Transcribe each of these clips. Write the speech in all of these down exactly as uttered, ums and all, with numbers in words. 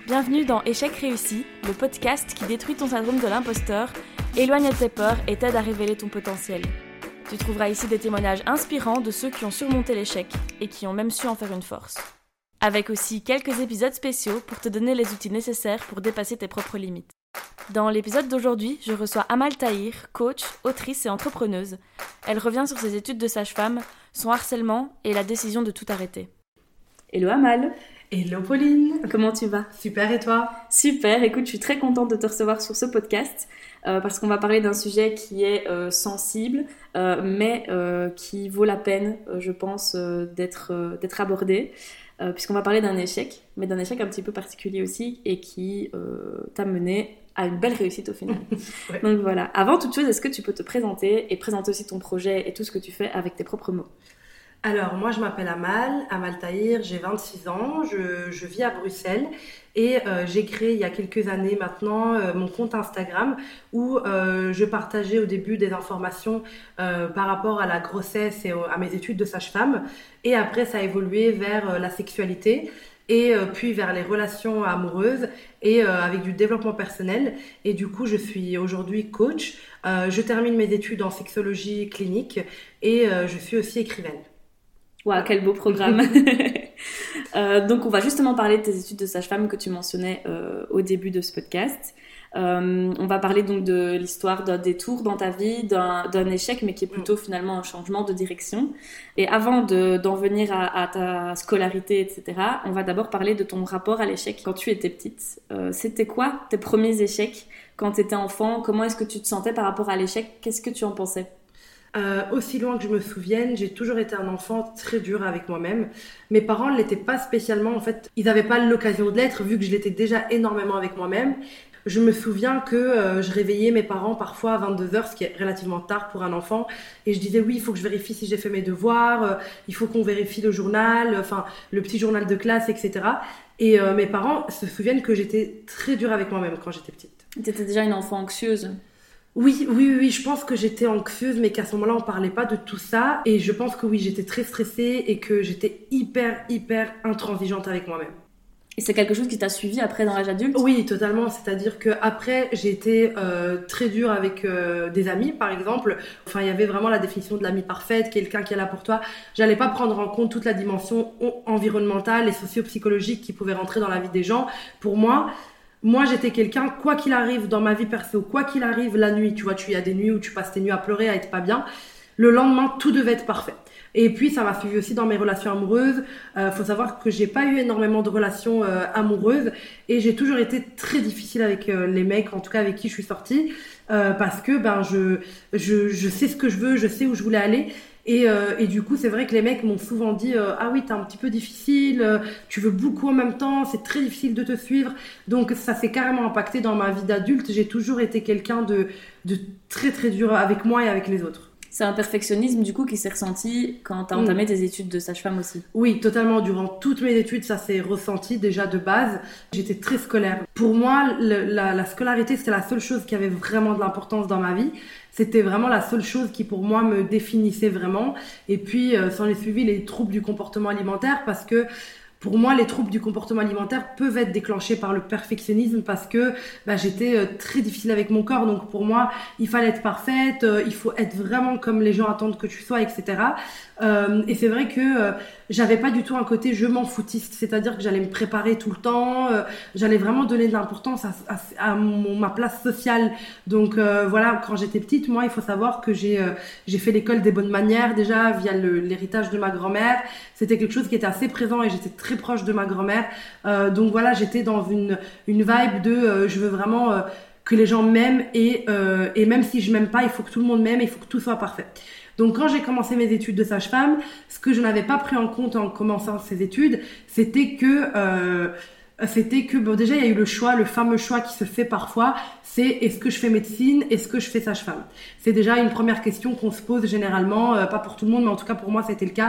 Bienvenue dans Échec réussi, le podcast qui détruit ton syndrome de l'imposteur, éloigne tes peurs et t'aide à révéler ton potentiel. Tu trouveras ici des témoignages inspirants de ceux qui ont surmonté l'échec et qui ont même su en faire une force. Avec aussi quelques épisodes spéciaux pour te donner les outils nécessaires pour dépasser tes propres limites. Dans l'épisode d'aujourd'hui, je reçois Amal Tahir, coach, autrice et entrepreneuse. Elle revient sur ses études de sage-femme, son harcèlement et la décision de tout arrêter. Hello Amal. Hello Pauline. Comment tu vas ? Super, et toi ? Super, écoute, je suis très contente de te recevoir sur ce podcast euh, parce qu'on va parler d'un sujet qui est euh, sensible euh, mais euh, qui vaut la peine, euh, je pense, euh, d'être, euh, d'être abordé euh, puisqu'on va parler d'un échec, mais d'un échec un petit peu particulier aussi et qui euh, t'a mené à une belle réussite au final. Ouais. Donc voilà, avant toute chose, est-ce que tu peux te présenter et présenter aussi ton projet et tout ce que tu fais avec tes propres mots ? Alors, moi, je m'appelle Amal, Amal Tahir, j'ai vingt-six ans, je, je vis à Bruxelles et euh, j'ai créé il y a quelques années maintenant euh, mon compte Instagram où euh, je partageais au début des informations euh, par rapport à la grossesse et au, à mes études de sage-femme. Et après, ça a évolué vers euh, la sexualité et euh, puis vers les relations amoureuses et euh, avec du développement personnel. Et du coup, je suis aujourd'hui coach. Euh, je termine mes études en sexologie clinique et euh, je suis aussi écrivaine. Waouh, quel beau programme. euh, donc, on va justement parler de tes études de sage-femme que tu mentionnais euh, au début de ce podcast. Euh, on va parler donc de l'histoire d'un détour dans ta vie, d'un, d'un échec, mais qui est plutôt finalement un changement de direction. Et avant de, d'en venir à, à ta scolarité, et cetera, on va d'abord parler de ton rapport à l'échec quand tu étais petite. Euh, c'était quoi tes premiers échecs quand tu étais enfant ? Comment est-ce que tu te sentais par rapport à l'échec ? Qu'est-ce que tu en pensais ? Euh, aussi loin que je me souvienne, j'ai toujours été un enfant très dur avec moi-même. Mes parents ne l'étaient pas spécialement, en fait, ils n'avaient pas l'occasion de l'être vu que je l'étais déjà énormément avec moi-même. Je me souviens que euh, je réveillais mes parents parfois à vingt-deux heures, ce qui est relativement tard pour un enfant, et je disais oui, il faut que je vérifie si j'ai fait mes devoirs, euh, il faut qu'on vérifie le journal, enfin le petit journal de classe, et cetera. Et euh, mes parents se souviennent que j'étais très dure avec moi-même quand j'étais petite. Tu étais déjà une enfant anxieuse ? Oui, oui, oui, je pense que j'étais anxieuse, mais qu'à ce moment-là, on parlait pas de tout ça. Et je pense que oui, j'étais très stressée et que j'étais hyper, hyper intransigeante avec moi-même. Et c'est quelque chose qui t'a suivi après dans l'âge adulte ? Oui, totalement. C'est-à-dire que après, j'ai été euh, très dure avec euh, des amis, par exemple. Enfin, il y avait vraiment la définition de l'ami parfaite, quelqu'un qui est là pour toi. J'allais pas prendre en compte toute la dimension environnementale et socio-psychologique qui pouvait rentrer dans la vie des gens. Pour moi, Moi, j'étais quelqu'un, quoi qu'il arrive dans ma vie perso, quoi qu'il arrive la nuit, tu vois, tu y as des nuits où tu passes tes nuits à pleurer, à être pas bien. Le lendemain, tout devait être parfait. Et puis, ça m'a suivi aussi dans mes relations amoureuses. Euh, faut savoir que j'ai pas eu énormément de relations euh, amoureuses et j'ai toujours été très difficile avec euh, les mecs, en tout cas avec qui je suis sortie, euh, parce que ben je je je sais ce que je veux, je sais où je voulais aller. Et, euh, et du coup, c'est vrai que les mecs m'ont souvent dit euh, « Ah oui, t'es un petit peu difficile, euh, tu veux beaucoup en même temps, c'est très difficile de te suivre. » Donc, ça s'est carrément impacté dans ma vie d'adulte. J'ai toujours été quelqu'un de, de très, très dur avec moi et avec les autres. C'est un perfectionnisme du coup qui s'est ressenti quand t'as entamé mmh. tes études de sage-femme aussi. Oui, totalement. Durant toutes mes études, ça s'est ressenti déjà de base. J'étais très scolaire. Pour moi, le, la, la scolarité, c'était la seule chose qui avait vraiment de l'importance dans ma vie. C'était vraiment la seule chose qui, pour moi, me définissait vraiment. Et puis, euh, s'en est suivi les troubles du comportement alimentaire parce que pour moi, les troubles du comportement alimentaire peuvent être déclenchés par le perfectionnisme parce que bah, j'étais euh, très difficile avec mon corps. Donc pour moi, il fallait être parfaite, euh, il faut être vraiment comme les gens attendent que tu sois, et cetera. Euh, et c'est vrai que euh, j'avais pas du tout un côté je m'en foutiste, c'est-à-dire que j'allais me préparer tout le temps, euh, j'allais vraiment donner de l'importance à, à, à mon, ma place sociale. Donc euh, voilà, quand j'étais petite, moi, il faut savoir que j'ai, euh, j'ai fait l'école des bonnes manières déjà via le, l'héritage de ma grand-mère. C'était quelque chose qui était assez présent et j'étais très proche de ma grand-mère. Euh, donc voilà, j'étais dans une, une vibe de euh, je veux vraiment euh, que les gens m'aiment et, euh, et même si je m'aime pas, il faut que tout le monde m'aime, il faut que tout soit parfait. Donc quand j'ai commencé mes études de sage-femme, ce que je n'avais pas pris en compte en commençant ces études, c'était que euh, c'était que bon déjà il y a eu le choix, le fameux choix qui se fait parfois, c'est est-ce que je fais médecine, est-ce que je fais sage-femme. C'est déjà une première question qu'on se pose généralement, euh, pas pour tout le monde, mais en tout cas pour moi c'était le cas.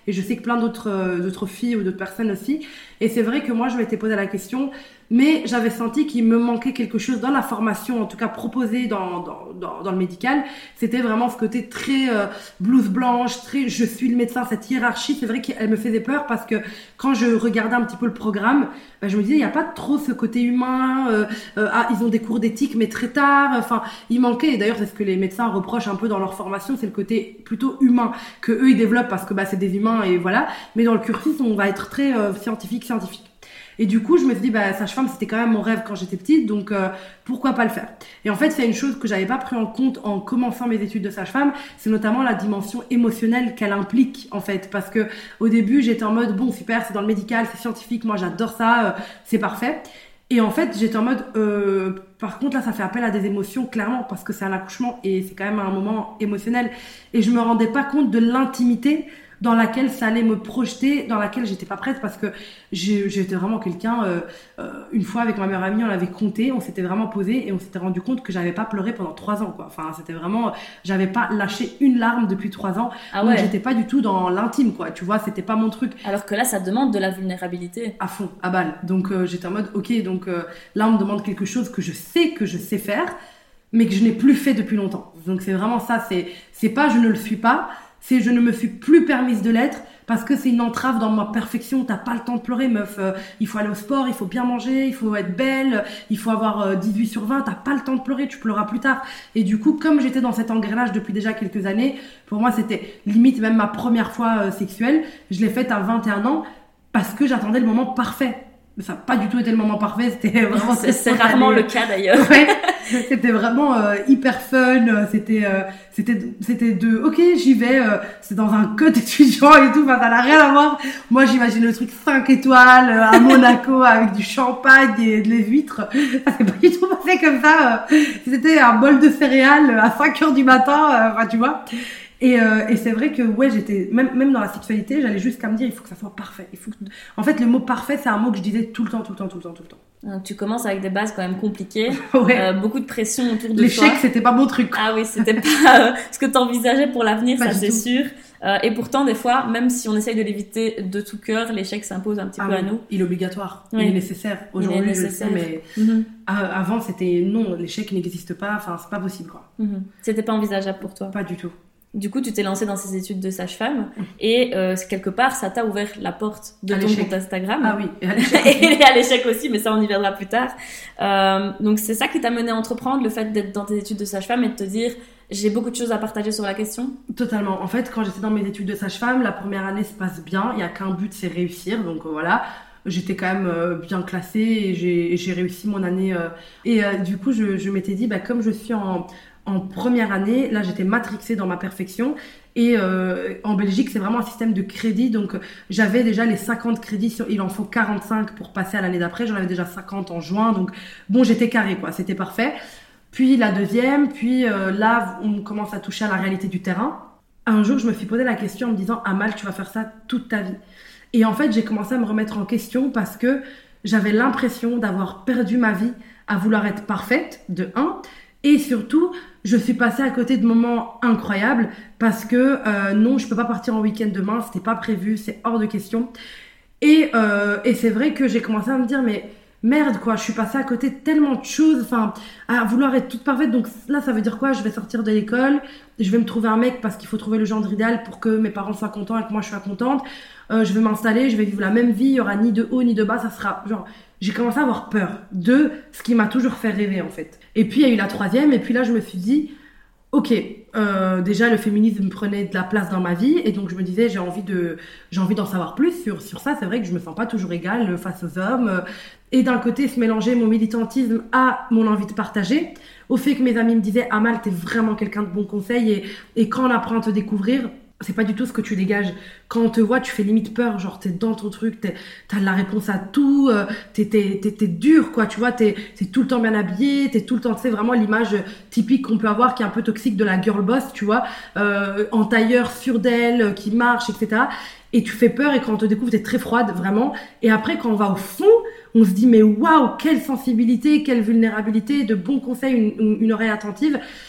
Et je sais que plein d'autres, euh, d'autres filles ou d'autres personnes aussi. Et c'est vrai que moi, je m'étais posé la question, mais j'avais senti qu'il me manquait quelque chose dans la formation, en tout cas proposée dans, dans, dans, dans le médical. C'était vraiment ce côté très euh, blouse blanche, très je suis le médecin, cette hiérarchie. C'est vrai qu'elle me faisait peur parce que quand je regardais un petit peu le programme, ben, je me disais, il n'y a pas trop ce côté humain. Euh, euh, ah, ils ont des cours d'éthique, mais très tard. Enfin, il manquait. Et d'ailleurs, c'est ce que les médecins reprochent un peu dans leur formation, c'est le côté plutôt humain que eux ils développent parce que bah, c'est des humains et voilà. Mais dans le cursus, on va être très euh, scientifique, scientifique. Et du coup, je me suis dit, bah, sage-femme, c'était quand même mon rêve quand j'étais petite, donc euh, pourquoi pas le faire. Et en fait, c'est une chose que j'avais pas pris en compte en commençant mes études de sage-femme, c'est notamment la dimension émotionnelle qu'elle implique, en fait. Parce que au début, j'étais en mode, bon, super, c'est dans le médical, c'est scientifique, moi j'adore ça, euh, c'est parfait. Et en fait, j'étais en mode, euh, par contre, là, ça fait appel à des émotions, clairement, parce que c'est un accouchement et c'est quand même un moment émotionnel. Et je me rendais pas compte de l'intimité dans laquelle ça allait me projeter, dans laquelle j'étais pas prête parce que j'ai, j'étais vraiment quelqu'un, euh, euh, une fois avec ma meilleure amie, on l'avait compté, on s'était vraiment posé et on s'était rendu compte que j'avais pas pleuré pendant trois ans, quoi. Enfin, c'était vraiment, j'avais pas lâché une larme depuis trois ans. Ah ouais. Donc j'étais pas du tout dans l'intime, quoi. Tu vois, c'était pas mon truc. Alors que là, ça demande de la vulnérabilité. À fond, à balle. Donc euh, j'étais en mode, ok, donc euh, là on me demande quelque chose que je sais que je sais faire, mais que je n'ai plus fait depuis longtemps. Donc c'est vraiment ça, c'est, c'est pas je ne le suis pas, c'est je ne me suis plus permise de l'être parce que c'est une entrave dans ma perfection. T'as pas le temps de pleurer, meuf. Euh, il faut aller au sport, il faut bien manger, il faut être belle, il faut avoir euh, dix-huit sur vingt. T'as pas le temps de pleurer, tu pleureras plus tard. Et du coup, comme j'étais dans cet engrenage depuis déjà quelques années, pour moi, c'était limite même ma première fois euh, sexuelle. Je l'ai faite à vingt et un ans parce que j'attendais le moment parfait. Mais ça n'a pas du tout été le moment parfait, c'était vraiment... C'est, c'est rarement le cas d'ailleurs. Ouais, c'était vraiment euh, hyper fun, c'était, euh, c'était, c'était de, ok, j'y vais, euh, c'est dans un code étudiant et tout, enfin, ça n'a rien à voir. Moi, j'imagine le truc cinq étoiles, euh, à Monaco, avec du champagne et des huîtres. Ça s'est pas du tout passé comme ça. Euh, c'était un bol de céréales à cinq heures du matin, euh, enfin, tu vois. Et, euh, et c'est vrai que ouais, j'étais même même dans la sexualité, j'allais jusqu'à me dire il faut que ça soit parfait. Il faut que... En fait, le mot parfait, c'est un mot que je disais tout le temps, tout le temps, tout le temps, tout le temps. Donc, tu commences avec des bases quand même compliquées, ouais. euh, beaucoup de pression autour de L'échec, toi. L'échec, c'était pas mon truc. Ah oui, c'était pas euh, ce que t'envisageais pour l'avenir, pas ça c'est tout. sûr. Euh, et pourtant, des fois, même si on essaye de l'éviter de tout cœur, l'échec s'impose un petit ah peu oui. à nous. Il est obligatoire, oui. il est nécessaire. Aujourd'hui, il est nécessaire. je le sais, mais mm-hmm. avant, c'était non, l'échec n'existe pas. Enfin, c'est pas possible, quoi. Mm-hmm. C'était pas envisageable pour toi. Pas du tout. Du coup, tu t'es lancée dans ces études de sage-femme et euh, quelque part, ça t'a ouvert la porte de à ton l'échec. compte Instagram. Ah oui, et à l'échec aussi. Et à l'échec aussi, mais ça, on y viendra plus tard. Euh, donc, c'est ça qui t'a mené à entreprendre, le fait d'être dans tes études de sage-femme et de te dire, j'ai beaucoup de choses à partager sur la question. Totalement. En fait, quand j'étais dans mes études de sage-femme, la première année se passe bien. Il n'y a qu'un but, c'est réussir. Donc euh, voilà. J'étais quand même euh, bien classée et j'ai, et j'ai réussi mon année. Euh, et euh, du coup, je, je m'étais dit, bah, comme je suis en... En première année, là, j'étais matrixée dans ma perfection. Et euh, en Belgique, c'est vraiment un système de crédit. Donc, j'avais déjà les cinquante crédits. Sur, il en faut quarante-cinq pour passer à l'année d'après. J'en avais déjà cinquante en juin. Donc, bon, j'étais carrée, quoi. C'était parfait. Puis la deuxième. Puis euh, là, on commence à toucher à la réalité du terrain. Un jour, je me suis posé la question en me disant, Amal, tu vas faire ça toute ta vie. Et en fait, j'ai commencé à me remettre en question parce que j'avais l'impression d'avoir perdu ma vie à vouloir être parfaite, de un. Et surtout, je suis passée à côté de moments incroyables parce que euh, non, je peux pas partir en week-end demain, c'était pas prévu, c'est hors de question. Et, euh, et c'est vrai que j'ai commencé à me dire, mais merde quoi, je suis passée à côté de tellement de choses, enfin, à vouloir être toute parfaite. Donc là, ça veut dire quoi ? Je vais sortir de l'école, je vais me trouver un mec parce qu'il faut trouver le genre idéal pour que mes parents soient contents et que moi je sois contente. Euh, je vais m'installer, je vais vivre la même vie, il y aura ni de haut ni de bas, ça sera genre... J'ai commencé à avoir peur de ce qui m'a toujours fait rêver en fait. Et puis il y a eu la troisième et puis là je me suis dit ok, euh, déjà le féminisme prenait de la place dans ma vie et donc je me disais j'ai envie de j'ai envie d'en savoir plus sur sur ça. C'est vrai que je me sens pas toujours égale face aux hommes et d'un côté se mélanger mon militantisme à mon envie de partager, au fait que mes amis me disaient Amal t'es vraiment quelqu'un de bon conseil et et quand on apprend à te découvrir c'est pas du tout ce que tu dégages. Quand on te voit, tu fais limite peur, genre t'es dans ton truc, t'es, t'as la réponse à tout, euh, t'es, t'es, t'es, t'es dur, quoi, tu vois, t'es, t'es tout le temps bien habillé, t'es tout le temps, tu sais, vraiment l'image typique qu'on peut avoir qui est un peu toxique de la girl boss, tu vois, euh, en tailleur sûre d'elle, qui marche, et cetera. Et tu fais peur et quand on te découvre, t'es très froide, vraiment. Et après, quand on va au fond, on se dit, mais waouh, quelle sensibilité, quelle vulnérabilité, de bons conseils, une, une, une oreille attentive.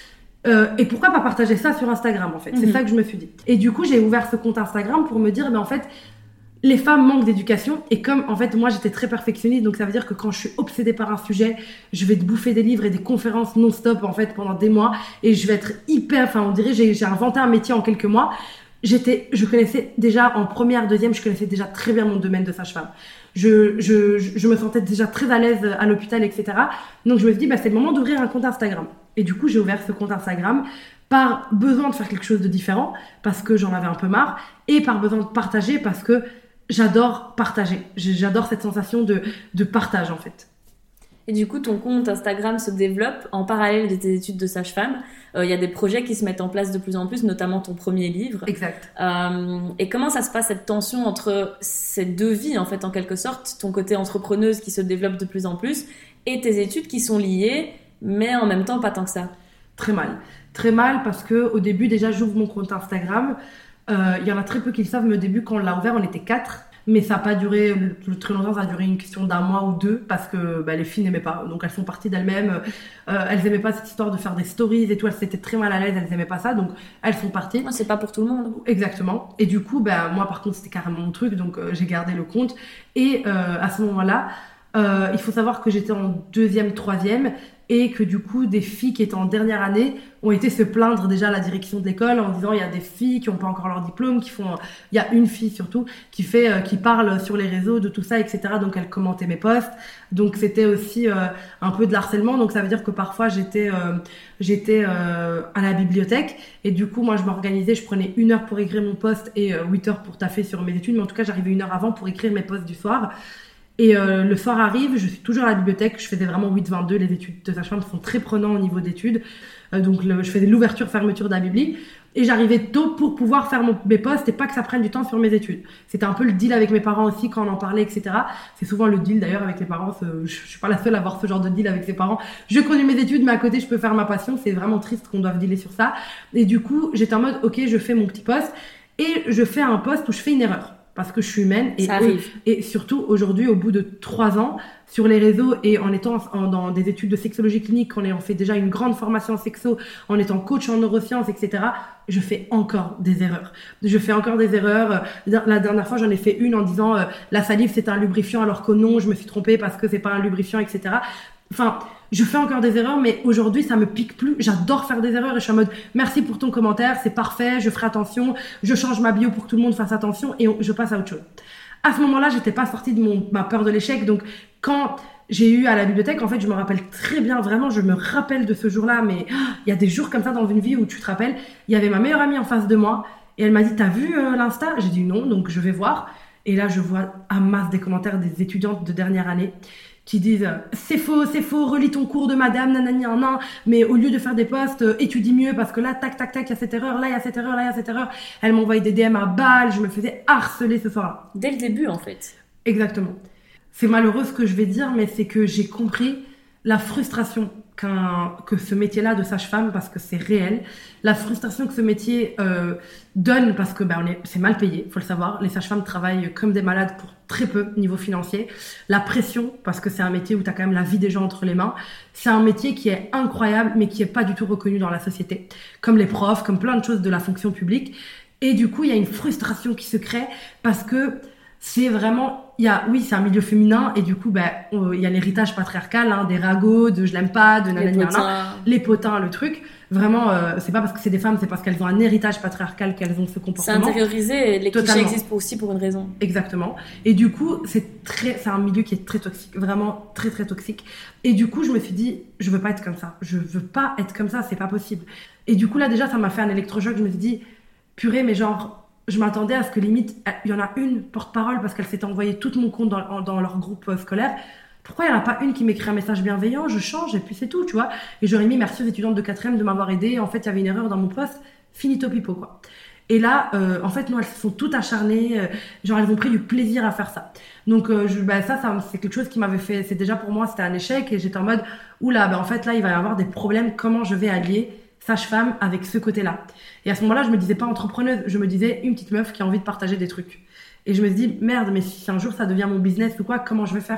Euh, et pourquoi pas partager ça sur Instagram, en fait? C'est Mhm. ça que je me suis dit. Et du coup, j'ai ouvert ce compte Instagram pour me dire, ben, en fait, les femmes manquent d'éducation. Et comme, en fait, moi, j'étais très perfectionniste, donc ça veut dire que quand je suis obsédée par un sujet, je vais te bouffer des livres et des conférences non-stop, en fait, pendant des mois. Et je vais être hyper, enfin, on dirait, j'ai, j'ai inventé un métier en quelques mois. J'étais, je connaissais déjà, en première, deuxième, je connaissais déjà très bien mon domaine de sage-femme. Je, je, je, je me sentais déjà très à l'aise à l'hôpital, et cetera. Donc, je me suis dit, bah, c'est le moment d'ouvrir un compte Instagram. Et du coup, j'ai ouvert ce compte Instagram par besoin de faire quelque chose de différent, parce que j'en avais un peu marre, et par besoin de partager, parce que j'adore partager. J'adore cette sensation de, de partage, en fait. Et du coup, ton compte Instagram se développe en parallèle de tes études de sage-femme. Il euh, y a des projets qui se mettent en place de plus en plus, notamment ton premier livre. Exact. Euh, et comment ça se passe, cette tension entre ces deux vies, en fait, en quelque sorte, ton côté entrepreneuse qui se développe de plus en plus et tes études qui sont liées, mais en même temps pas tant que ça? Très mal. Très mal parce qu'au début, déjà, j'ouvre mon compte Instagram. Il euh, y en a très peu qui le savent, mais au début, quand on l'a ouvert, on était quatre. Mais ça n'a pas duré le, très longtemps, ça a duré une question d'un mois ou deux parce que bah, les filles n'aimaient pas. Donc elles sont parties d'elles-mêmes. Euh, elles n'aimaient pas cette histoire de faire des stories et tout. Elles étaient très mal à l'aise, elles n'aimaient pas ça. Donc elles sont parties. Ouais, c'est pas pour tout le monde. Exactement. Et du coup, bah, moi par contre, c'était carrément mon truc. Donc euh, j'ai gardé le compte. Et euh, à ce moment-là, euh, il faut savoir que j'étais en deuxième, troisième. Et que du coup, des filles qui étaient en dernière année ont été se plaindre déjà à la direction de l'école en disant il y a des filles qui n'ont pas encore leur diplôme, qui font, il y a une fille surtout qui fait, euh, qui parle sur les réseaux de tout ça, et cetera. Donc elle commentait mes posts. Donc c'était aussi euh, un peu de harcèlement. Donc ça veut dire que parfois j'étais, euh, j'étais euh, à la bibliothèque et du coup moi je m'organisais, je prenais une heure pour écrire mon post et euh, huit heures pour taffer sur mes études. Mais en tout cas j'arrivais une heure avant pour écrire mes posts du soir. Et euh, le soir arrive, je suis toujours à la bibliothèque, je faisais vraiment huit vingt-deux, les études de sage-femme sont très prenants au niveau d'études, euh, donc le, je faisais l'ouverture-fermeture de la bibli, et j'arrivais tôt pour pouvoir faire mon, mes posts et pas que ça prenne du temps sur mes études. C'était un peu le deal avec mes parents aussi quand on en parlait, et cetera. C'est souvent le deal d'ailleurs avec les parents, je, je suis pas la seule à avoir ce genre de deal avec ses parents. Je connais mes études, mais à côté je peux faire ma passion, c'est vraiment triste qu'on doive dealer sur ça. Et du coup, j'étais en mode, ok, je fais mon petit post, et je fais un post où je fais une erreur. Parce que je suis humaine et, ça arrive. et surtout aujourd'hui au bout de trois ans sur les réseaux et en étant en, dans des études de sexologie clinique, en ayant fait déjà une grande formation en sexo, en étant coach en neurosciences, et cetera, je fais encore des erreurs. Je fais encore des erreurs. La dernière fois, j'en ai fait une en disant euh, la salive c'est un lubrifiant alors que non, je me suis trompée parce que c'est pas un lubrifiant, et cetera. Enfin, je fais encore des erreurs, mais aujourd'hui, ça me pique plus. J'adore faire des erreurs et je suis en mode merci pour ton commentaire, c'est parfait, je ferai attention, je change ma bio pour que tout le monde fasse attention et on, je passe à autre chose. À ce moment-là, j'étais pas sortie de mon, ma peur de l'échec, donc quand j'ai eu à la bibliothèque, en fait, je me rappelle très bien, vraiment, je me rappelle de ce jour-là, mais il oh, y a des jours comme ça dans une vie où tu te rappelles, il y avait ma meilleure amie en face de moi et elle m'a dit t'as vu euh, l'Insta? J'ai dit non, donc je vais voir. Et là, je vois à masse des commentaires des étudiantes de dernière année qui disent c'est faux, c'est faux, relis ton cours de madame, nanani, nan, mais au lieu de faire des posts, euh, étudie mieux parce que là, tac, tac, tac, il y a cette erreur, là, il y a cette erreur, là, il y a cette erreur. Elle m'envoyait des D M à balles, je me faisais harceler ce soir-là. Dès le début, en fait. Exactement. C'est malheureux ce que je vais dire, mais c'est que j'ai compris la frustration qu'un, que ce métier-là de sage-femme, parce que c'est réel, la frustration que ce métier euh, donne, parce que ben, on est, c'est mal payé, il faut le savoir. Les sages-femmes travaillent comme des malades pour très peu niveau financier. La pression, parce que c'est un métier où tu as quand même la vie des gens entre les mains. C'est un métier qui est incroyable, mais qui est pas du tout reconnu dans la société. Comme les profs, comme plein de choses de la fonction publique. Et du coup, il y a une frustration qui se crée parce que c'est vraiment, il y a, oui, c'est un milieu féminin et du coup, ben, on, il y a l'héritage patriarcal, hein, des ragots, de je l'aime pas, de nanani, les potins, les potins, le truc. Vraiment, euh, c'est pas parce que c'est des femmes, c'est parce qu'elles ont un héritage patriarcal qu'elles ont ce comportement. C'est intériorisé et les Totalement. clichés existent aussi pour une raison. Exactement. Et du coup, c'est très, c'est un milieu qui est très toxique, vraiment très très toxique. Et du coup, je me suis dit, je veux pas être comme ça. Je veux pas être comme ça, c'est pas possible. Et du coup, là déjà, ça m'a fait un électrochoc. Je me suis dit, purée, mais genre, je m'attendais à ce que limite, il y en a une porte-parole parce qu'elle s'était envoyée tout mon compte dans, dans leur groupe scolaire. Pourquoi il n'y en a pas une qui m'écrit un message bienveillant? Je change et puis c'est tout, tu vois. Et j'aurais mis merci aux étudiantes de quatrième de m'avoir aidée. En fait, il y avait une erreur dans mon poste. Finito pipo, quoi. Et là, euh, en fait, non, elles se sont toutes acharnées. Euh, genre, elles ont pris du plaisir à faire ça. Donc, euh, je, bah, ça, ça, c'est quelque chose qui m'avait fait... C'est déjà pour moi, c'était un échec. Et j'étais en mode, oula, bah, en fait, là, il va y avoir des problèmes. Comment je vais allier sage-femme avec ce côté-là? Et à ce moment-là, je me disais pas entrepreneuse. Je me disais une petite meuf qui a envie de partager des trucs. Et je me suis dit, merde, mais si un jour ça devient mon business ou quoi, comment je vais faire, quoi?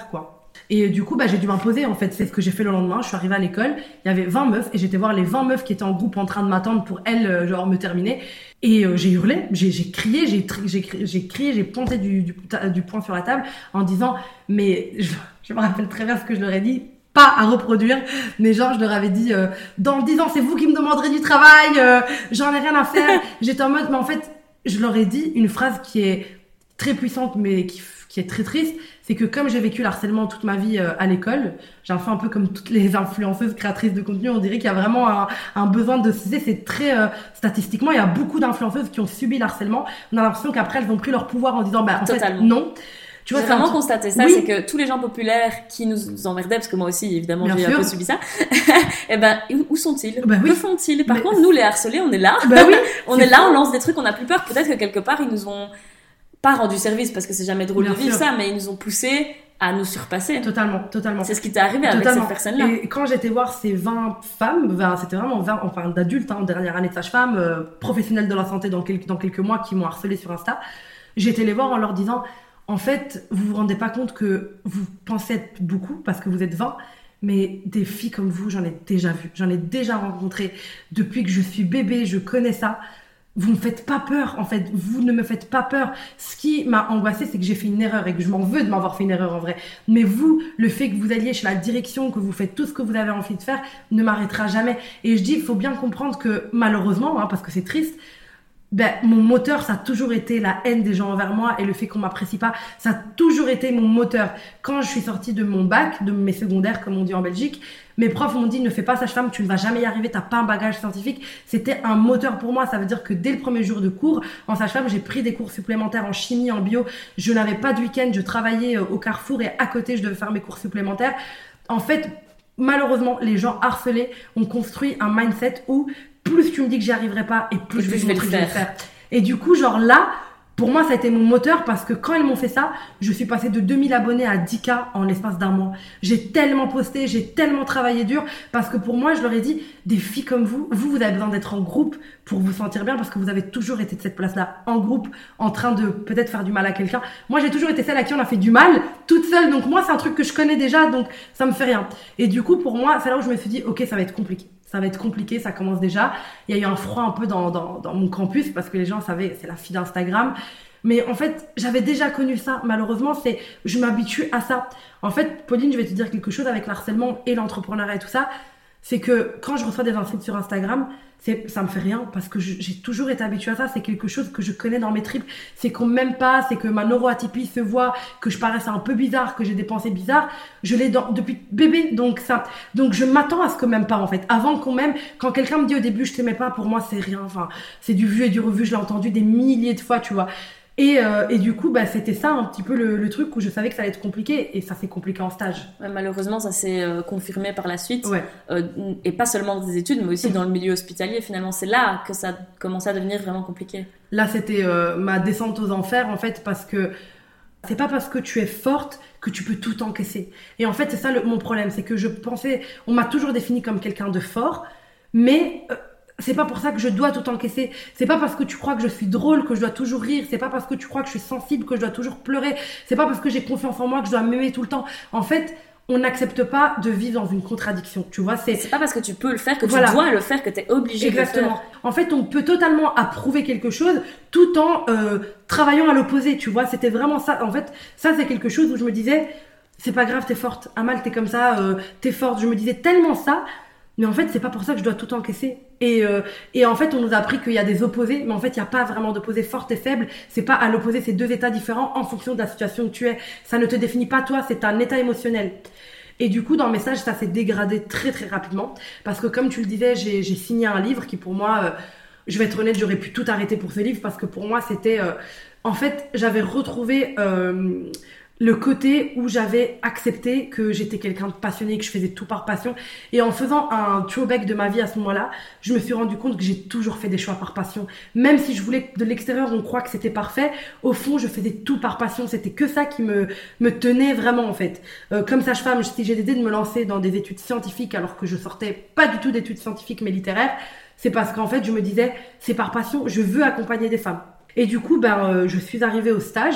Et du coup, bah, j'ai dû m'imposer, en fait. C'est ce que j'ai fait le lendemain. Je suis arrivée à l'école. Il y avait vingt meufs et j'étais voir les vingt meufs qui étaient en groupe en train de m'attendre pour elles, euh, genre, me terminer. Et euh, j'ai hurlé, j'ai, j'ai crié, j'ai, tri- j'ai, cri- j'ai crié, j'ai pointé du, du, du poing sur la table en disant, mais je, je me rappelle très bien ce que je leur ai dit. Pas à reproduire, mais genre, je leur avais dit, euh, dans dix ans, c'est vous qui me demanderez du travail, euh, j'en ai rien à faire. J'étais en mode, mais en fait, je leur ai dit une phrase qui est très puissante, mais qui, qui est très triste. C'est que comme j'ai vécu l'harcèlement toute ma vie euh, à l'école, j'ai fait un peu comme toutes les influenceuses créatrices de contenu, on dirait qu'il y a vraiment un, un besoin de citer. C'est très, euh, statistiquement, il y a beaucoup d'influenceuses qui ont subi l'harcèlement. On a l'impression qu'après, elles ont pris leur pouvoir en disant, bah, en Totalement. fait, non. Tu vois, j'ai vraiment constaté ça, oui. c'est que tous les gens populaires qui nous emmerdaient, parce que moi aussi, évidemment, Bien j'ai sûr. un peu subi ça, eh ben, où sont-ils? Bah oui. Que font-ils? Par Mais contre, nous, les harcelés, on est là. Bah oui, on est, est là, on lance des trucs, on n'a plus peur. Peut-être que quelque part, ils nous ont pas rendu service, parce que c'est jamais drôle Bien de vivre sûr. ça, mais ils nous ont poussé à nous surpasser. Totalement, totalement. C'est ce qui t'est arrivé Totalement. avec ces personnes-là. Et quand j'étais voir ces vingt femmes, ben, c'était vraiment vingt, enfin, d'adultes, hein, dernière année de sage-femme, euh, professionnelles de la santé dans quelques, dans quelques mois qui m'ont harcelé sur Insta. J'étais les voir en leur disant, en fait, vous vous rendez pas compte que vous pensez être beaucoup parce que vous êtes vingt, mais des filles comme vous, j'en ai déjà vu, j'en ai déjà rencontré. Depuis que je suis bébé, je connais ça. Vous me faites pas peur, en fait. Vous ne me faites pas peur. Ce qui m'a angoissée, c'est que j'ai fait une erreur et que je m'en veux de m'avoir fait une erreur en vrai. Mais vous, le fait que vous alliez chez la direction, que vous faites tout ce que vous avez envie de faire, ne m'arrêtera jamais. Et je dis, il faut bien comprendre que malheureusement, hein, parce que c'est triste, ben, mon moteur, ça a toujours été la haine des gens envers moi et le fait qu'on m'apprécie pas. Ça a toujours été mon moteur. Quand je suis sortie de mon bac, de mes secondaires, comme on dit en Belgique, mes profs m'ont dit, ne fais pas sage-femme, tu ne vas jamais y arriver, t'as pas un bagage scientifique. C'était un moteur pour moi. Ça veut dire que dès le premier jour de cours, en sage-femme, j'ai pris des cours supplémentaires en chimie, en bio. Je n'avais pas de week-end, je travaillais au Carrefour et à côté, je devais faire mes cours supplémentaires. En fait, malheureusement, les gens harcelés ont construit un mindset où plus tu me dis que j'y arriverai pas et plus, et je, plus vais je vais le faire. faire. Et du coup, genre là, pour moi, ça a été mon moteur parce que quand ils m'ont fait ça, je suis passée de deux mille abonnés à dix mille en l'espace d'un mois. J'ai tellement posté, j'ai tellement travaillé dur parce que pour moi, je leur ai dit, des filles comme vous, vous, vous avez besoin d'être en groupe pour vous sentir bien parce que vous avez toujours été de cette place-là, en groupe, en train de peut-être faire du mal à quelqu'un. Moi, j'ai toujours été celle à qui on a fait du mal, toute seule. Donc moi, c'est un truc que je connais déjà, donc ça me fait rien. Et du coup, pour moi, c'est là où je me suis dit, ok, ça va être compliqué. Ça va être compliqué, ça commence déjà. Il y a eu un froid un peu dans, dans, dans mon campus parce que les gens savaient, c'est la fille d'Instagram. Mais en fait, j'avais déjà connu ça. Malheureusement, c'est, je m'habitue à ça. En fait, Pauline, je vais te dire quelque chose avec l'harcèlement et l'entrepreneuriat et tout ça. C'est que quand je reçois des insultes sur Instagram, c'est, ça me fait rien parce que je, j'ai toujours été habituée à ça. C'est quelque chose que je connais dans mes tripes. C'est qu'on m'aime pas, c'est que ma neuroatypie se voit, que je paraisse un peu bizarre, que j'ai des pensées bizarres. Je l'ai dans, depuis bébé, donc ça, donc je m'attends à ce qu'on m'aime pas en fait. Avant qu'on m'aime, quand quelqu'un me dit au début je t'aimais pas, pour moi c'est rien. Enfin, c'est du vu et du revu. Je l'ai entendu des milliers de fois, tu vois. Et, euh, et du coup, bah, c'était ça un petit peu le, le truc où je savais que ça allait être compliqué et ça s'est compliqué en stage. Ouais, malheureusement, ça s'est euh, confirmé par la suite. Ouais. Euh, et pas seulement dans des études, mais aussi dans le milieu hospitalier. Finalement, c'est là que ça commençait à devenir vraiment compliqué. Là, c'était euh, ma descente aux enfers en fait parce que c'est pas parce que tu es forte que tu peux tout encaisser. Et en fait, c'est ça le, mon problème, c'est que je pensais, on m'a toujours défini comme quelqu'un de fort, mais... Euh, c'est pas pour ça que je dois tout encaisser. C'est pas parce que tu crois que je suis drôle que je dois toujours rire. C'est pas parce que tu crois que je suis sensible que je dois toujours pleurer. C'est pas parce que j'ai confiance en moi que je dois m'aimer tout le temps. En fait, on n'accepte pas de vivre dans une contradiction. Tu vois, c'est... C'est pas parce que tu peux le faire que voilà. tu dois le faire, que t'es obligé Exactement. de le faire. En fait, on peut totalement approuver quelque chose tout en euh, travaillant à l'opposé. Tu vois, c'était vraiment ça. En fait, ça, c'est quelque chose où je me disais, c'est pas grave, t'es forte. Amal, t'es comme ça, euh, t'es forte. Je me disais tellement ça. Mais en fait, c'est pas pour ça que je dois tout encaisser. Et, euh, et en fait, on nous a appris qu'il y a des opposés, mais en fait, il n'y a pas vraiment d'opposés fortes et faibles. C'est pas à l'opposé, c'est deux états différents en fonction de la situation que tu es. Ça ne te définit pas toi, c'est un état émotionnel. Et du coup, dans le message, ça s'est dégradé très très rapidement. Parce que comme tu le disais, j'ai, j'ai signé un livre qui pour moi, euh, je vais être honnête, j'aurais pu tout arrêter pour ce livre parce que pour moi, c'était... Euh, en fait, j'avais retrouvé... Euh, le côté où j'avais accepté que j'étais quelqu'un de passionné, que je faisais tout par passion. Et en faisant un throwback de ma vie à ce moment-là, je me suis rendu compte que j'ai toujours fait des choix par passion. Même si je voulais, de l'extérieur, on croit que c'était parfait, au fond, je faisais tout par passion. C'était que ça qui me, me tenait vraiment, en fait. Euh, comme sage-femme, si j'ai décidé de me lancer dans des études scientifiques alors que je sortais pas du tout d'études scientifiques mais littéraires, c'est parce qu'en fait, je me disais, c'est par passion, je veux accompagner des femmes. Et du coup, ben, euh, je suis arrivée au stage.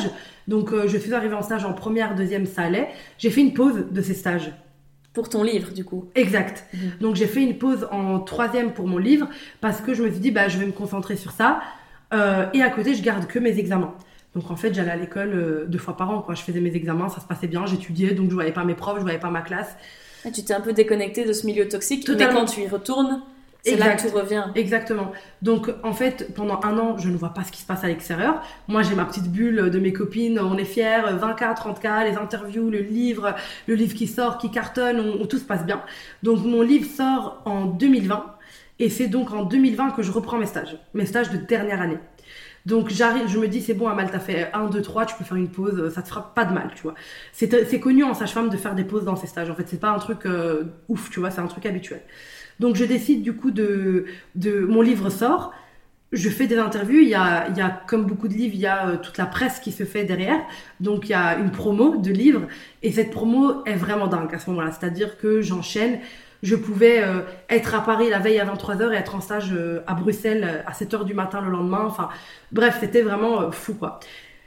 Donc, euh, je suis arrivée en stage en première, deuxième, ça allait. J'ai fait une pause de ces stages. Pour ton livre, du coup. Exact. Mmh. Donc, j'ai fait une pause en troisième pour mon livre parce que je me suis dit, bah, je vais me concentrer sur ça. Euh, et à côté, je garde que mes examens. Donc, en fait, j'allais à l'école euh, deux fois par an, quoi. Je faisais mes examens, ça se passait bien, j'étudiais, donc je voyais pas mes profs, je voyais pas ma classe. Et tu t'es un peu déconnectée de ce milieu toxique, Totalement. mais quand tu y retournes, c'est Exact. là que tu reviens. Exactement. Donc, en fait, pendant un an, je ne vois pas ce qui se passe à l'extérieur. Moi, j'ai ma petite bulle de mes copines, on est fiers, vingt K, trente K, les interviews, le livre, le livre qui sort, qui cartonne, on, on, tout se passe bien. Donc, mon livre sort en deux mille vingt, et c'est donc en deux mille vingt que je reprends mes stages, mes stages de dernière année. Donc, j'arrive, je me dis, c'est bon, Amal, t'as fait un, deux, trois, tu peux faire une pause, ça te fera pas de mal, tu vois. C'est, c'est connu en sage-femme de faire des pauses dans ces stages. En fait, c'est pas un truc euh, ouf, tu vois, c'est un truc habituel. Donc, je décide, du coup, de, de, mon livre sort, je fais des interviews, il y a, il y a, comme beaucoup de livres, il y a euh, toute la presse qui se fait derrière. Donc, il y a une promo de livres, et cette promo est vraiment dingue à ce moment-là. C'est-à-dire que j'enchaîne. Je pouvais euh, être à Paris la veille à vingt-trois heures et être en stage euh, à Bruxelles euh, à sept heures du matin le lendemain. Enfin, bref, c'était vraiment euh, fou, quoi.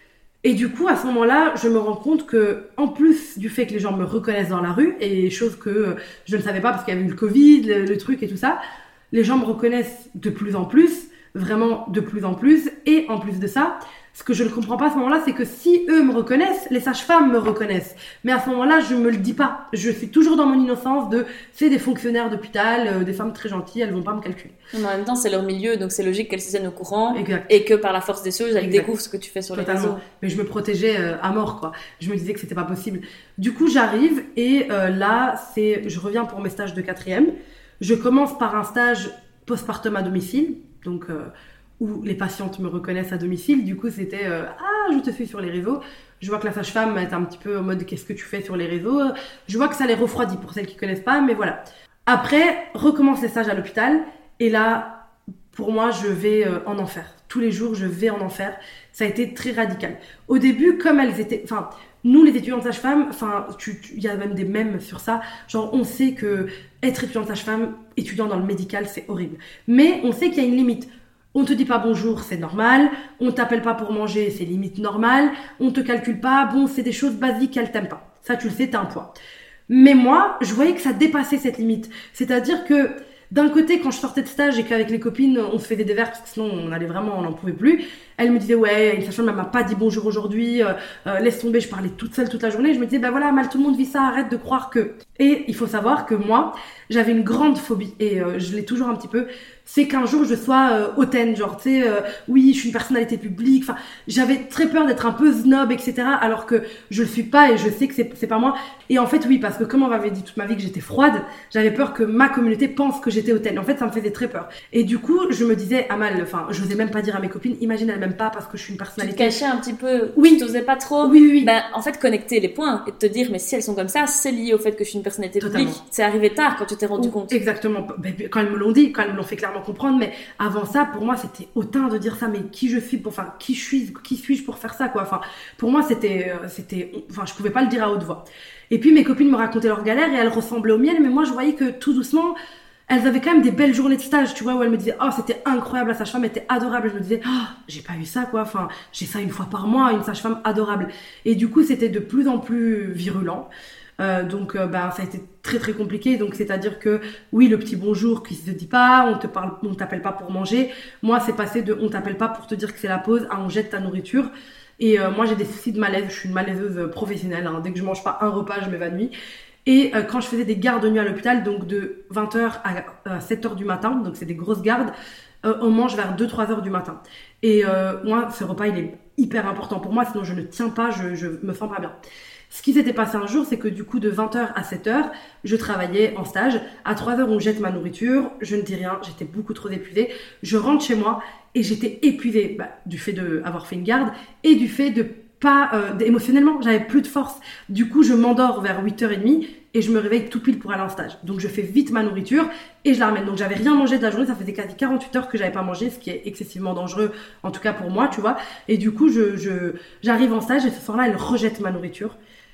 Et du coup, à ce moment-là, je me rends compte que, en plus du fait que les gens me reconnaissent dans la rue, et chose que euh, je ne savais pas parce qu'il y avait eu le Covid, le, le truc et tout ça, les gens me reconnaissent de plus en plus, vraiment de plus en plus. Et en plus de ça, ce que je ne comprends pas à ce moment-là, c'est que si eux me reconnaissent, les sages-femmes me reconnaissent. Mais à ce moment-là, je me le dis pas. Je suis toujours dans mon innocence de c'est des fonctionnaires d'hôpital, euh, des femmes très gentilles, elles vont pas me calculer. Mais en même temps, c'est leur milieu, donc c'est logique qu'elles se tiennent au courant. Exact. Et que par la force des choses, elles Exact. découvrent ce que tu fais sur Totalement. les réseaux. Mais je me protégeais euh, à mort, quoi. Je me disais que c'était pas possible. Du coup, j'arrive et euh, là, c'est, je reviens pour mes stages de quatrième. Je commence par un stage postpartum à domicile, donc euh, où les patientes me reconnaissent à domicile. Du coup, c'était euh, ah, je te suis sur les réseaux. Je vois que la sage-femme est un petit peu en mode qu'est-ce que tu fais sur les réseaux. Je vois que ça les refroidit pour celles qui connaissent pas, mais voilà. Après, recommence les stages à l'hôpital et là, pour moi, je vais euh, en enfer. Tous les jours, je vais en enfer. Ça a été très radical. Au début, comme elles étaient, enfin, nous les étudiantes sage-femme, enfin, il y a même des mèmes sur ça. Genre, on sait que être étudiante sage-femme, étudiant dans le médical, c'est horrible. Mais on sait qu'il y a une limite. On te dit pas bonjour, c'est normal. On t'appelle pas pour manger, c'est limite normal. On te calcule pas, bon, c'est des choses basiques qu'elle t'aime pas. Ça, tu le sais, t'as un poids. Mais moi, je voyais que ça dépassait cette limite. C'est-à-dire que, d'un côté, quand je sortais de stage et qu'avec les copines, on se faisait des verres, parce que sinon, on allait vraiment, on n'en pouvait plus. Elle me disait, ouais, une sage-femme, elle m'a pas dit bonjour aujourd'hui, euh, euh, laisse tomber, je parlais toute seule toute la journée. Je me disais, bah voilà, mal, tout le monde vit ça, arrête de croire que. Et il faut savoir que moi, j'avais une grande phobie, et euh, je l'ai toujours un petit peu, c'est qu'un jour je sois euh, hautaine, genre, tu sais, euh, oui, je suis une personnalité publique, enfin, j'avais très peur d'être un peu snob, et cetera, alors que je le suis pas, et je sais que c'est, c'est pas moi. Et en fait, oui, parce que comme on m'avait dit toute ma vie que j'étais froide, j'avais peur que ma communauté pense que j'étais hautaine. En fait, ça me faisait très peur. Et du coup, je me disais, ah mal, enfin, je n'osais même pas dire à mes copines, imagine, elles m'aiment pas parce que je suis une personnalité. Tu te cachais un petit peu, oui. Tu t'osais pas trop. Oui, oui, oui. Ben, en fait, connecter les points et te dire, mais si elles sont comme ça, c'est lié au fait que je suis une personnalité Totalement. publique. C'est arrivé tard quand tu t'es rendu compte. Exactement. Quand elles me l'ont dit, quand elles me l'ont fait clairement comprendre, mais avant ça, pour moi, c'était hautain de dire ça, mais qui je suis pour, enfin, qui je suis, qui suis-je pour faire ça, quoi. Enfin, pour moi, c'était, c'était, enfin, je pouvais pas le dire à haute voix. Et puis, mes copines me racontaient leurs galères et elles ressemblaient aux miennes, mais moi, je voyais que tout doucement, elles avaient quand même des belles journées de stage, tu vois, où elles me disaient, oh, c'était incroyable, la sage-femme était adorable. Et je me disais, oh, j'ai pas eu ça, quoi. Enfin, j'ai ça une fois par mois, une sage-femme adorable. Et du coup, c'était de plus en plus virulent. Euh, donc, euh, bah, ça a été très très compliqué. Donc, c'est-à-dire que, oui, le petit bonjour qui se dit pas, on te parle, on t'appelle pas pour manger. Moi, c'est passé de, on t'appelle pas pour te dire que c'est la pause, à on jette ta nourriture. Et euh, moi, j'ai des soucis de malaise. Je suis une malaiseuse professionnelle. Hein. Dès que je mange pas un repas, je m'évanouis. Et euh, quand je faisais des gardes de nuit à l'hôpital, donc de vingt heures à euh, sept heures du matin, donc c'est des grosses gardes, euh, on mange vers deux trois heures du matin. Et euh, moi, ce repas, il est hyper important pour moi, sinon je ne tiens pas, je, je me sens pas bien. Ce qui s'était passé un jour, c'est que du coup, de vingt heures à sept heures, je travaillais en stage. À trois heures, on jette ma nourriture. Je ne dis rien, j'étais beaucoup trop épuisée. Je rentre chez moi et j'étais épuisée bah, du fait d'avoir fait une garde et du fait de pas... Euh, émotionnellement, j'avais plus de force. Du coup, je m'endors vers huit heures trente et je me réveille tout pile pour aller en stage. Donc, je fais vite ma nourriture et je la ramène. Donc, j'avais rien mangé de la journée. Ça faisait quasi quarante-huit heures que j'avais pas mangé, ce qui est excessivement dangereux, en tout cas pour moi, tu vois. Et du coup, je, je, j'arrive en stage et ce soir-là, elle rejette ma nourriture.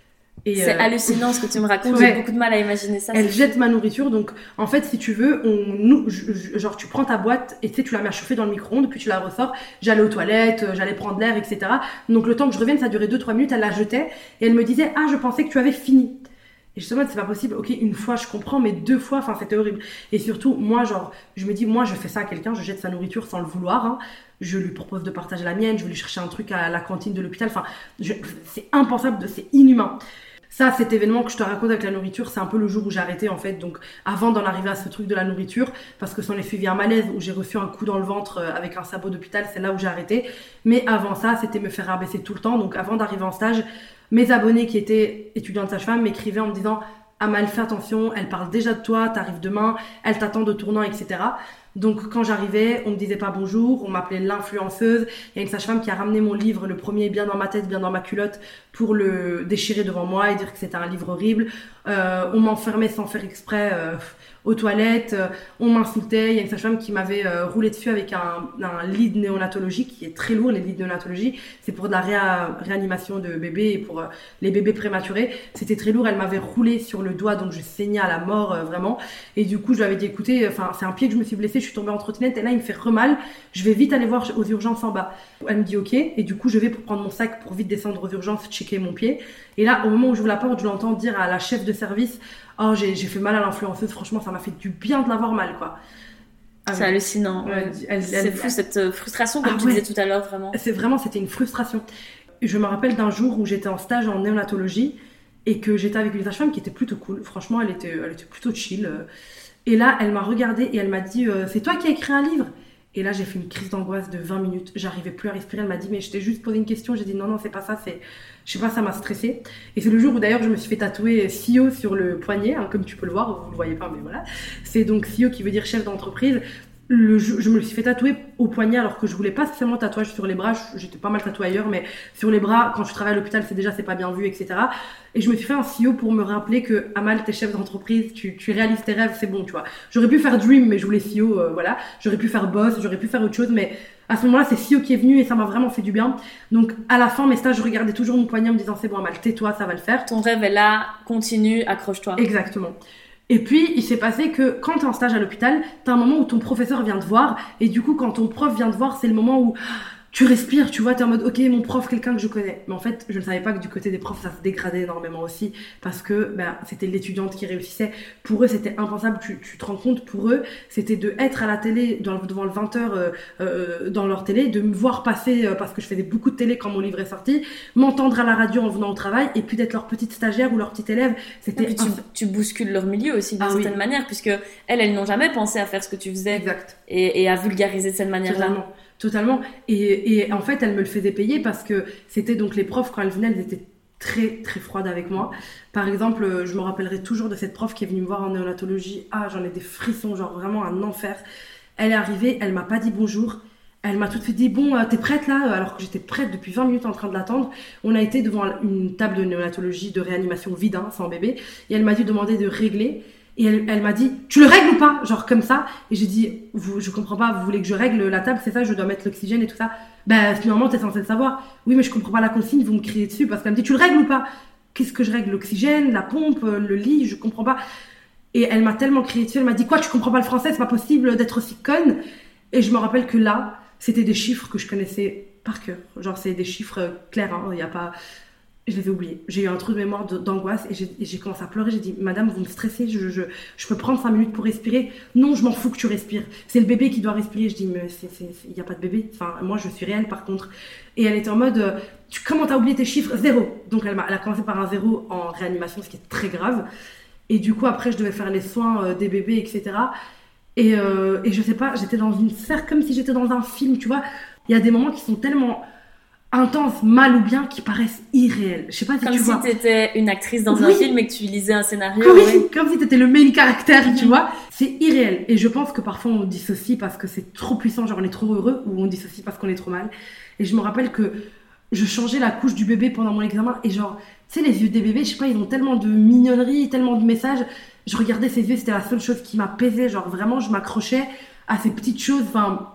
Et c'est euh, hallucinant ce que tu me racontes, ouais. J'ai beaucoup de mal à imaginer ça. Elle jette ma nourriture, donc en fait, si tu veux, on, nous, je, je, genre tu prends ta boîte et tu sais, tu la mets à chauffer dans le micro-ondes, puis tu la ressors. J'allais aux toilettes, euh, j'allais prendre l'air, et cetera. Donc le temps que je revienne, ça durait deux trois minutes, elle la jetait et elle me disait « Ah, je pensais que tu avais fini ». Et justement, c'est pas possible. Ok, une fois, je comprends, mais deux fois, enfin, c'était horrible. Et surtout, moi, genre, je me dis, moi, je fais ça à quelqu'un, je jette sa nourriture sans le vouloir. Hein. Je lui propose de partager la mienne, je vais lui chercher un truc à la cantine de l'hôpital. Enfin, je, c'est impensable, de, c'est inhumain. Ça, cet événement que je te raconte avec la nourriture, c'est un peu le jour où j'ai arrêté, en fait. Donc, avant d'en arriver à ce truc de la nourriture, parce que s'en est suivi un malaise où j'ai reçu un coup dans le ventre avec un sabot d'hôpital, c'est là où j'ai arrêté. Mais avant ça, c'était me faire rabaisser tout le temps. Donc, avant d'arriver en stage, mes abonnés qui étaient étudiants de sage-femme m'écrivaient en me disant « Amal, fais attention, elle parle déjà de toi, t'arrives demain, elle t'attend de tournant, et cetera » Donc quand j'arrivais, on me disait pas bonjour, on m'appelait l'influenceuse. Il y a une sage-femme qui a ramené mon livre, le premier, bien dans ma tête, bien dans ma culotte, pour le déchirer devant moi et dire que c'était un livre horrible. Euh, on m'enfermait sans faire exprès euh, aux toilettes, euh, on m'insultait. Il y a une sage-femme qui m'avait euh, roulé dessus avec un, un lit de néonatologie qui est très lourd. Les lits de néonatologie, c'est pour de la réa- réanimation de bébés et pour euh, les bébés prématurés. C'était très lourd, elle m'avait roulé sur le doigt, donc je saignais à la mort, euh, vraiment. Et du coup, je lui avais dit, écoutez, enfin, c'est un pied que je me suis blessée, je suis tombée en trottinette et là, il me fait re-mal. Je vais vite aller voir aux urgences en bas. Elle me dit, ok. Et du coup, je vais pour prendre mon sac pour vite descendre aux urgences, checker mon pied. Et là, au moment où j'ouvre la porte, je l'entends dire à la chef de service, oh, j'ai, j'ai fait mal à l'influenceuse, franchement, ça m'a fait du bien de l'avoir mal, quoi. Ah, c'est oui. hallucinant. Ouais, elle, elle, c'est elle, fou, elle... cette frustration, comme ah, tu ouais. disais tout à l'heure, vraiment. C'est vraiment, c'était une frustration. Je me rappelle d'un jour où j'étais en stage en néonatologie et que j'étais avec une sage-femme qui était plutôt cool. Franchement, elle était, elle était plutôt chill. Et là, elle m'a regardée et elle m'a dit, euh, c'est toi qui as écrit un livre ? Et là, j'ai fait une crise d'angoisse de vingt minutes. J'arrivais plus à respirer. Elle m'a dit, mais je t'ai juste posé une question. J'ai dit, non, non, c'est pas ça. C'est, je sais pas, ça m'a stressée. Et c'est le jour où d'ailleurs, je me suis fait tatouer C E O sur le poignet, hein, comme tu peux le voir. Vous le voyez pas, mais voilà. C'est donc C E O qui veut dire chef d'entreprise. Le, je, je me le suis fait tatouer au poignet alors que je voulais pas spécialement tatouage sur les bras. J'étais pas mal tatouée ailleurs, mais sur les bras, quand je travaille à l'hôpital, c'est déjà, c'est pas bien vu, et cetera. Et je me suis fait un C E O pour me rappeler que, Amal, t'es chef d'entreprise, tu, tu réalises tes rêves, c'est bon, tu vois. J'aurais pu faire Dream, mais je voulais C E O, euh, voilà. J'aurais pu faire Boss, j'aurais pu faire autre chose, mais à ce moment-là, c'est C E O qui est venu et ça m'a vraiment fait du bien. Donc, à la fin, mes stages, je regardais toujours mon poignet en me disant, c'est bon, Amal, tais-toi, ça va le faire. Ton rêve est là, continue, accroche-toi. Exactement. Et puis, il s'est passé que quand t'es en stage à l'hôpital, t'as un moment où ton professeur vient te voir. Et du coup, quand ton prof vient te voir, c'est le moment où tu respires, tu vois, t'es en mode, ok, mon prof, quelqu'un que je connais. Mais en fait, je ne savais pas que du côté des profs, ça se dégradait énormément aussi. Parce que ben, c'était l'étudiante qui réussissait. Pour eux, c'était impensable. Tu, tu te rends compte, pour eux, c'était de être à la télé, dans, devant le vingt heures euh, euh, dans leur télé, de me voir passer, euh, parce que je faisais beaucoup de télé quand mon livre est sorti, m'entendre à la radio en venant au travail, et puis d'être leur petite stagiaire ou leur petit élève. C'était et puis tu, tu bouscules leur milieu aussi, d'une ah, certaine oui. manière, puisque elles, elles n'ont jamais pensé à faire ce que tu faisais. Exact. Et, et à vulgariser de cette manière-là. Totalement. Totalement. Et, et en fait, elle me le faisait payer parce que c'était donc les profs, quand elles venaient, elles étaient très, très froides avec moi. Par exemple, je me rappellerai toujours de cette prof qui est venue me voir en néonatologie. Ah, j'en ai des frissons, genre vraiment un enfer. Elle est arrivée, elle m'a pas dit bonjour. Elle m'a tout de suite dit, bon, euh, t'es prête là ? Alors que j'étais prête depuis vingt minutes en train de l'attendre. On a été devant une table de néonatologie, de réanimation vide, hein, sans bébé. Et elle m'a dû demander de régler. Et elle, elle m'a dit, tu le règles ou pas ? Genre comme ça. Et j'ai dit, vous, je comprends pas, vous voulez que je règle la table, c'est ça, je dois mettre l'oxygène et tout ça. Ben, finalement, t'es censé le savoir. Oui, mais je comprends pas la consigne, vous me criez dessus parce qu'elle me dit, tu le règles ou pas ? Qu'est-ce que je règle ? L'oxygène, la pompe, le lit, je comprends pas. Et elle m'a tellement crié dessus, elle m'a dit, quoi, tu comprends pas le français, c'est pas possible d'être aussi conne. Et je me rappelle que là, c'était des chiffres que je connaissais par cœur. Genre, c'est des chiffres clairs, hein, il y a pas... Je les ai oubliés. J'ai eu un trou de mémoire de, d'angoisse et j'ai, et j'ai commencé à pleurer. J'ai dit, madame, vous me stressez, je, je, je peux prendre cinq minutes pour respirer. Non, je m'en fous que tu respires. C'est le bébé qui doit respirer. Je dis, mais il n'y a pas de bébé. Enfin, moi, je suis réelle par contre. Et elle était en mode, euh, tu, comment t'as oublié tes chiffres ? Zéro. Donc, elle, m'a, elle a commencé par un zéro en réanimation, ce qui est très grave. Et du coup, après, je devais faire les soins euh, des bébés, et cetera. Et, euh, et je sais pas, j'étais dans une sphère comme si j'étais dans un film, tu vois. Il y a des moments qui sont tellement... intenses, mal ou bien, qui paraissent irréels. Je sais pas si comme tu si vois. Comme si t'étais une actrice dans oui. un film et que tu lisais un scénario. Comme, oui. comme si t'étais le main caractère, mmh. tu vois. C'est irréel. Et je pense que parfois on dissocie parce que c'est trop puissant, genre on est trop heureux, ou on dissocie parce qu'on est trop mal. Et je me rappelle que je changeais la couche du bébé pendant mon examen et genre, tu sais, les yeux des bébés, je sais pas, ils ont tellement de mignonnerie, tellement de messages. Je regardais ces yeux, c'était la seule chose qui m'apaisait. Genre vraiment, je m'accrochais à ces petites choses. Enfin,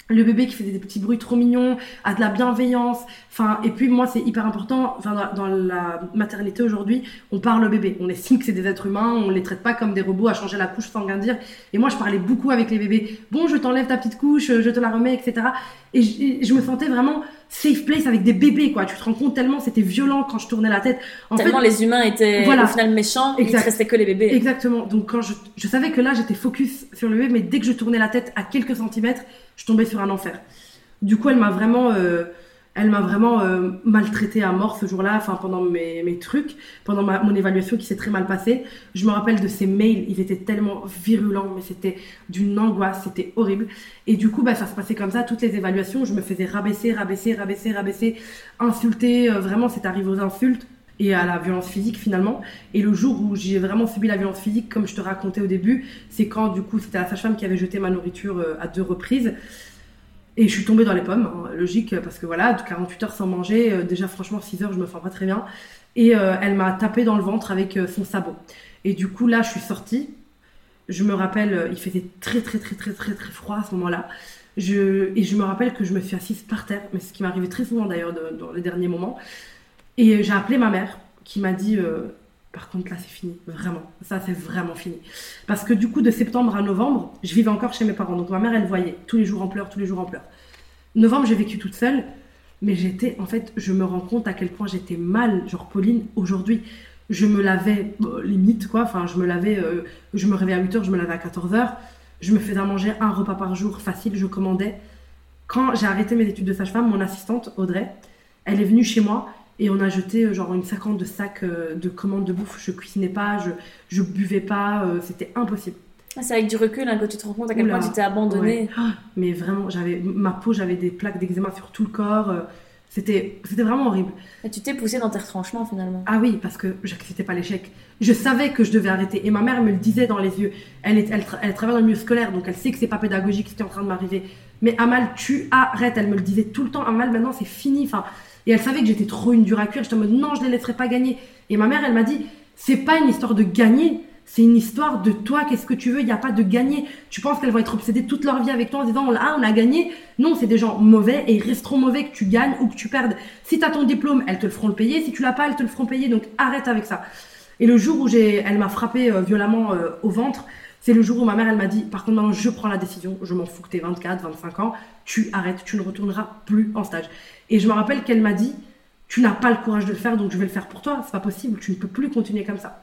le bébé qui faisait des petits bruits trop mignons, a de la bienveillance. Enfin, et puis moi, c'est hyper important. Enfin, dans, dans la maternité aujourd'hui, on parle au bébé. On estime que c'est des êtres humains. On les traite pas comme des robots à changer la couche sans rien dire. Et moi, je parlais beaucoup avec les bébés. Bon, je t'enlève ta petite couche, je te la remets, et cetera. Et je, et je me sentais vraiment safe place avec des bébés, quoi. Tu te rends compte tellement c'était violent quand je tournais la tête. En tellement fait, les humains étaient voilà, au final méchants, exact. Il ne restait que les bébés. Exactement. Donc quand je, je savais que là, j'étais focus sur le bébé, mais dès que je tournais la tête à quelques centimètres, je tombais sur un enfer. Du coup, elle m'a vraiment, euh, elle m'a vraiment euh, maltraitée à mort ce jour-là, enfin pendant mes, mes trucs, pendant ma, mon évaluation qui s'est très mal passée. Je me rappelle de ces mails, ils étaient tellement virulents, mais c'était d'une angoisse, c'était horrible. Et du coup, bah, ça se passait comme ça, toutes les évaluations, je me faisais rabaisser, rabaisser, rabaisser, rabaisser, insulter, euh, vraiment, c'est arrivé aux insultes et à la violence physique finalement. Et le jour où j'ai vraiment subi la violence physique, comme je te racontais au début, c'est quand du coup c'était la sage-femme qui avait jeté ma nourriture euh, à deux reprises. Et je suis tombée dans les pommes, hein, logique, parce que voilà, quarante-huit heures sans manger, euh, déjà franchement six heures je me sens pas très bien. Et euh, elle m'a tapé dans le ventre avec euh, son sabot. Et du coup là je suis sortie, je me rappelle, euh, il faisait très très très très très très froid à ce moment-là. Je... Et je me rappelle que je me suis assise par terre, mais ce qui m'arrivait très souvent d'ailleurs de, dans les derniers moments. Et j'ai appelé ma mère qui m'a dit euh, par contre là c'est fini, vraiment, ça c'est vraiment fini. Parce que du coup de septembre à novembre, je vivais encore chez mes parents, donc ma mère elle voyait tous les jours en pleurs, tous les jours en pleurs. Novembre j'ai vécu toute seule, mais j'étais, en fait je me rends compte à quel point j'étais mal, genre Pauline, aujourd'hui je me lavais euh, limite quoi, enfin je me lavais, euh, je me réveillais à huit heures, je me lavais à quatorze heures, je me faisais à manger un repas par jour facile, je commandais. Quand j'ai arrêté mes études de sage-femme, mon assistante Audrey, elle est venue chez moi. Et on a jeté genre une cinquante de sacs de commandes de bouffe. Je cuisinais pas, je, je buvais pas, euh, c'était impossible. Ah, c'est avec du recul hein, que tu te rends compte à quel Oula, point tu t'es abandonnée. Ouais. Mais vraiment, j'avais, ma peau, j'avais des plaques d'eczéma sur tout le corps. Euh, c'était, c'était vraiment horrible. Et tu t'es poussée dans tes retranchements finalement. Ah oui, parce que j'acceptais pas l'échec. Je savais que je devais arrêter. Et ma mère me le disait dans les yeux. Elle, est, elle, elle, elle travaille dans le milieu scolaire, donc elle sait que c'est pas pédagogique ce qui est en train de m'arriver. Mais Amal, tu arrêtes. Elle me le disait tout le temps. Amal, maintenant c'est fini. Enfin, et elle savait que j'étais trop une dure à cuire. J'étais en mode non, je les laisserai pas gagner. Et ma mère, elle m'a dit, c'est pas une histoire de gagner, c'est une histoire de toi, qu'est-ce que tu veux, il n'y a pas de gagner. Tu penses qu'elles vont être obsédées toute leur vie avec toi en disant ah, on a gagné. Non, c'est des gens mauvais et ils restent trop mauvais que tu gagnes ou que tu perdes. Si tu as ton diplôme, elles te le feront le payer. Si tu l'as pas, elles te le feront payer. Donc arrête avec ça. Et le jour où j'ai, elle m'a frappé euh, violemment euh, au ventre, c'est le jour où ma mère, elle m'a dit, par contre, maintenant, je prends la décision, je m'en fous que t'aies vingt-quatre, vingt-cinq ans, tu arrêtes, tu ne retourneras plus en stage. Et je me rappelle qu'elle m'a dit, tu n'as pas le courage de le faire, donc je vais le faire pour toi, c'est pas possible, tu ne peux plus continuer comme ça.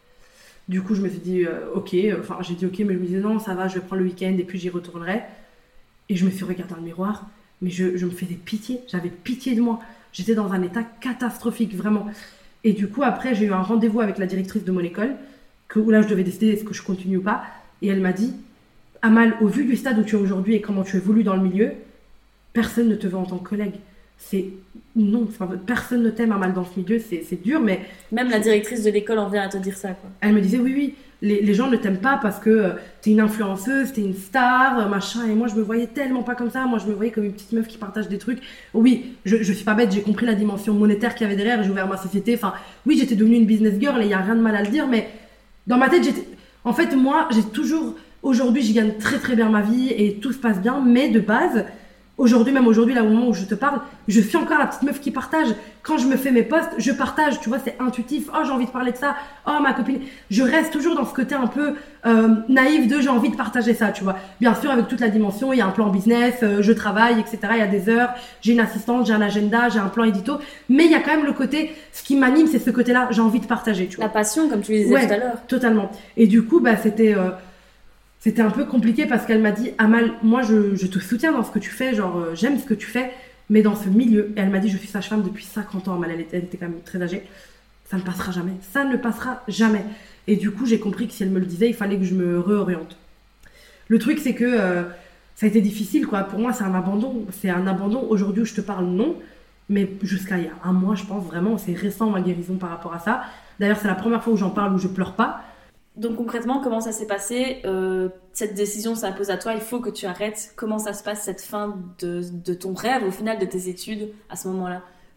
Du coup, je me suis dit, euh, ok, enfin, j'ai dit ok, mais je me disais, non, ça va, je vais prendre le week-end et puis j'y retournerai. Et je me suis regardée dans le miroir, mais je, je me faisais pitié, j'avais pitié de moi. J'étais dans un état catastrophique, vraiment. Et du coup, après, j'ai eu un rendez-vous avec la directrice de mon école, que, où là, je devais décider est-ce que je continue ou pas. Et elle m'a dit, Amal, au vu du stade où tu es aujourd'hui et comment tu évolues dans le milieu, personne ne te veut en tant que collègue. C'est non, enfin, personne ne t'aime Amal dans ce milieu, c'est, c'est dur, mais... Même la directrice de l'école en vient à te dire ça, quoi. Elle me disait, oui, oui, les, les gens ne t'aiment pas parce que euh, t'es une influenceuse, t'es une star, euh, machin, et moi, je me voyais tellement pas comme ça, moi, je me voyais comme une petite meuf qui partage des trucs. Oui, je, je suis pas bête, j'ai compris la dimension monétaire qu'il y avait derrière, j'ai ouvert ma société, enfin, oui, j'étais devenue une business girl, et il y a rien de mal à le dire, mais dans ma tête, j'étais... En fait, moi, j'ai toujours... Aujourd'hui, je gagne très très bien ma vie, et tout se passe bien, mais de base... Aujourd'hui, même aujourd'hui, là au moment où je te parle, je suis encore la petite meuf qui partage. Quand je me fais mes posts, je partage, tu vois, c'est intuitif. Oh, j'ai envie de parler de ça. Oh, ma copine. Je reste toujours dans ce côté un peu euh, naïf de j'ai envie de partager ça, tu vois. Bien sûr, avec toute la dimension, il y a un plan business, euh, je travaille, et cetera. Il y a des heures, j'ai une assistante, j'ai un agenda, j'ai un plan édito. Mais il y a quand même le côté, ce qui m'anime, c'est ce côté-là, j'ai envie de partager, tu vois. La passion, comme tu le disais ouais, tout à l'heure. Totalement. Et du coup, bah, c'était... Euh, C'était un peu compliqué parce qu'elle m'a dit Amal, moi je, je te soutiens dans ce que tu fais, genre euh, j'aime ce que tu fais, mais dans ce milieu. Et elle m'a dit je suis sage-femme depuis cinquante ans, Amal, elle était, elle était quand même très âgée. Ça ne passera jamais, ça ne passera jamais. Et du coup j'ai compris que si elle me le disait, il fallait que je me réoriente. Le truc c'est que euh, ça a été difficile quoi. Pour moi c'est un abandon, c'est un abandon. Aujourd'hui où je te parle non, mais jusqu'à il y a un mois je pense vraiment, c'est récent ma guérison par rapport à ça. D'ailleurs c'est la première fois où j'en parle où je pleure pas. Donc concrètement, comment ça s'est passé euh, cette décision s'impose à toi, il faut que tu arrêtes. Comment ça se passe cette fin de, de ton rêve, au final, de tes études, à ce moment-là?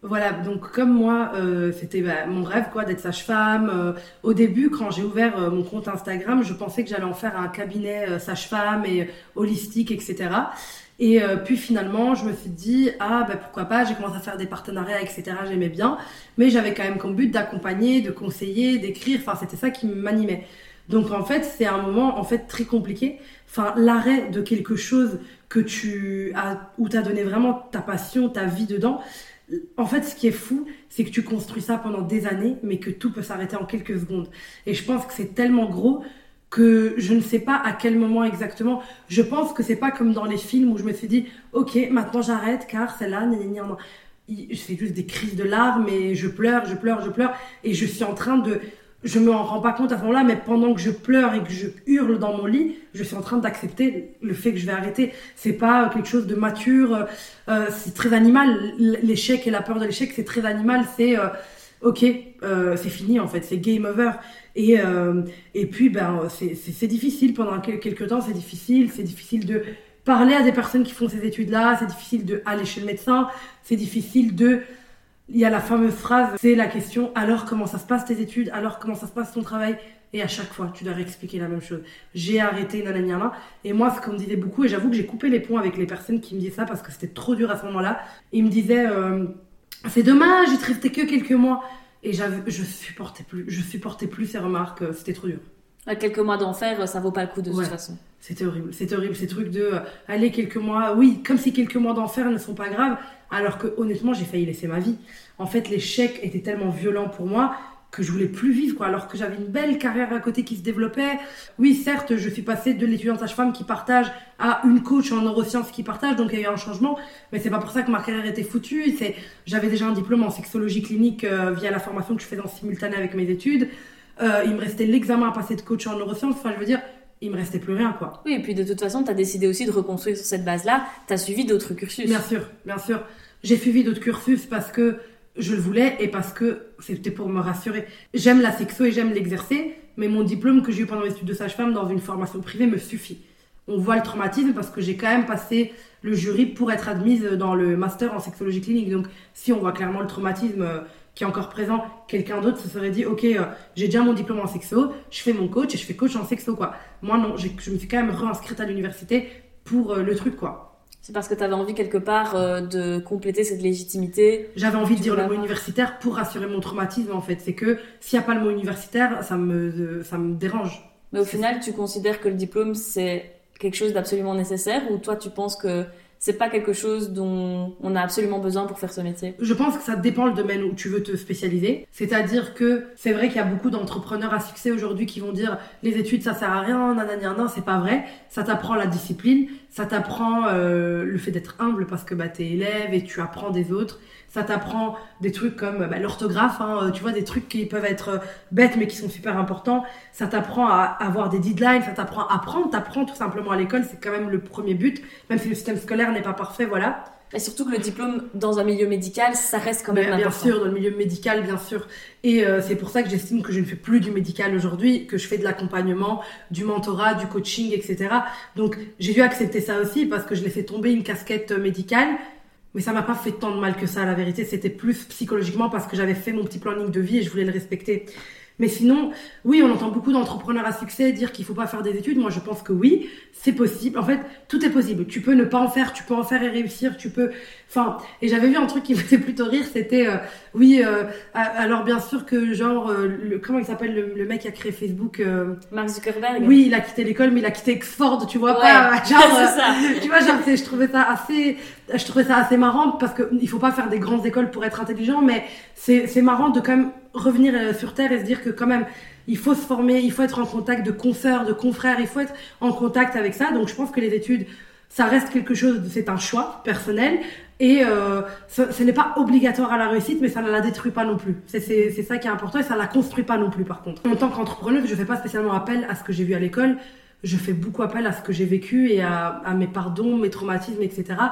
Voilà, donc comme moi, euh, c'était bah, mon rêve quoi, d'être sage-femme. Euh, au début, quand j'ai ouvert euh, mon compte Instagram, je pensais que j'allais en faire un cabinet euh, sage-femme et euh, holistique, et cetera. Et euh, puis finalement, je me suis dit, ah bah pourquoi pas, j'ai commencé à faire des partenariats, et cetera. J'aimais bien, mais j'avais quand même comme but d'accompagner, de conseiller, d'écrire, enfin c'était ça qui m'animait. Donc en fait, c'est un moment en fait très compliqué. Enfin, l'arrêt de quelque chose que tu as, où tu as donné vraiment ta passion, ta vie dedans. En fait, ce qui est fou, c'est que tu construis ça pendant des années, mais que tout peut s'arrêter en quelques secondes. Et je pense que c'est tellement gros que je ne sais pas à quel moment exactement. Je pense que c'est pas comme dans les films où je me suis dit, ok, maintenant j'arrête car c'est là, gna, gna, gna. Je fais juste des crises de larmes et je pleure, je pleure, je pleure. Et je suis en train de... Je me rends pas compte à ce moment-là, mais pendant que je pleure et que je hurle dans mon lit, je suis en train d'accepter le fait que je vais arrêter. C'est pas quelque chose de mature, euh, c'est très animal. L'échec et la peur de l'échec, c'est très animal. C'est euh, ok, euh, c'est fini en fait, c'est game over. Et euh, et puis ben c'est c'est, c'est difficile pendant quelques temps, c'est difficile, c'est difficile de parler à des personnes qui font ces études-là, c'est difficile de aller chez le médecin, c'est difficile de Il y a la fameuse phrase, c'est la question « Alors, comment ça se passe tes études ? Alors, comment ça se passe ton travail ?» Et à chaque fois, tu dois réexpliquer la même chose. J'ai arrêté, nanana. Et moi, ce qu'on me disait beaucoup, et j'avoue que j'ai coupé les ponts avec les personnes qui me disaient ça parce que c'était trop dur à ce moment-là. Ils me disaient euh, « C'est dommage, il te restait que quelques mois. » Et j'avais, je supportais plus, je supportais plus ces remarques, c'était trop dur. À quelques mois d'enfer, ça vaut pas le coup de ouais, toute façon. C'était horrible, c'était horrible ces trucs de euh, aller quelques mois, oui, comme si quelques mois d'enfer ne sont pas graves, alors que honnêtement j'ai failli laisser ma vie. En fait, l'échec était tellement violent pour moi que je voulais plus vivre, quoi, alors que j'avais une belle carrière à côté qui se développait. Oui, certes, je suis passée de l'étudiante sage-femme qui partage à une coach en neurosciences qui partage, donc il y a eu un changement, mais c'est pas pour ça que ma carrière était foutue. C'est, j'avais déjà un diplôme en sexologie clinique euh, via la formation que je faisais en simultané avec mes études. Euh, il me restait l'examen à passer de coach en neurosciences, enfin je veux dire, il me restait plus rien quoi. Oui, et puis de toute façon, tu as décidé aussi de reconstruire sur cette base-là, tu as suivi d'autres cursus. Bien sûr, bien sûr. J'ai suivi d'autres cursus parce que je le voulais et parce que c'était pour me rassurer. J'aime la sexo et j'aime l'exercer, mais mon diplôme que j'ai eu pendant mes études de sage-femme dans une formation privée me suffit. On voit le traumatisme parce que j'ai quand même passé le jury pour être admise dans le master en sexologie clinique. Donc si on voit clairement le traumatisme qui est encore présent, quelqu'un d'autre se serait dit ok, euh, j'ai déjà mon diplôme en sexo, je fais mon coach et je fais coach en sexo quoi. Moi non, j'ai, je me suis quand même réinscrite à l'université pour euh, le truc quoi. C'est parce que tu avais envie quelque part euh, de compléter cette légitimité. J'avais envie de dire le mot universitaire pour rassurer mon traumatisme en fait. C'est que s'il n'y a pas le mot universitaire, ça me, euh, ça me dérange. Mais au final, tu considères que le diplôme c'est quelque chose d'absolument nécessaire ou toi tu penses que c'est pas quelque chose dont on a absolument besoin pour faire ce métier? Je pense que ça dépend le domaine où tu veux te spécialiser. C'est-à-dire que c'est vrai qu'il y a beaucoup d'entrepreneurs à succès aujourd'hui qui vont dire les études ça sert à rien, nanana, non, c'est pas vrai. Ça t'apprend la discipline, ça t'apprend euh, le fait d'être humble parce que bah, t'es élève et tu apprends des autres. Ça t'apprend des trucs comme bah, l'orthographe, hein, tu vois, des trucs qui peuvent être bêtes mais qui sont super importants. Ça t'apprend à avoir des deadlines, ça t'apprend à apprendre, t'apprends tout simplement à l'école, c'est quand même le premier but, même si le système scolaire n'est pas parfait, voilà. Et surtout que le diplôme dans un milieu médical, ça reste quand même bien, important. Bien sûr, dans le milieu médical, bien sûr. Et euh, c'est pour ça que j'estime que je ne fais plus du médical aujourd'hui, que je fais de l'accompagnement, du mentorat, du coaching, et cetera. Donc j'ai dû accepter ça aussi parce que je laissais tomber une casquette médicale. Mais ça m'a pas fait tant de mal que ça, la vérité. C'était plus psychologiquement parce que j'avais fait mon petit planning de vie et je voulais le respecter. Mais sinon, oui, on entend beaucoup d'entrepreneurs à succès dire qu'il faut pas faire des études. Moi, je pense que oui, c'est possible. En fait, tout est possible. Tu peux ne pas en faire, tu peux en faire et réussir, tu peux... Enfin, et j'avais vu un truc qui me faisait plutôt rire, c'était... Euh, oui, euh, alors bien sûr que genre... Euh, le, comment il s'appelle le, le mec qui a créé Facebook euh... Mark Zuckerberg. Oui, il a quitté l'école, mais il a quitté Oxford, tu vois, ouais, pas... Genre, c'est ça. Euh, tu vois, genre, je trouvais ça assez... Je trouvais ça assez marrant parce que il faut pas faire des grandes écoles pour être intelligent, mais c'est, c'est marrant de quand même revenir sur Terre et se dire que quand même, il faut se former, il faut être en contact de consoeurs, de confrères, il faut être en contact avec ça. Donc je pense que les études, ça reste quelque chose, c'est un choix personnel et euh, ce, ce n'est pas obligatoire à la réussite, mais ça ne la détruit pas non plus. C'est, c'est, c'est ça qui est important et ça la construit pas non plus par contre. En tant qu'entrepreneuse, je fais pas spécialement appel à ce que j'ai vu à l'école. Je fais beaucoup appel à ce que j'ai vécu et à, à mes pardons, mes traumatismes, et cetera.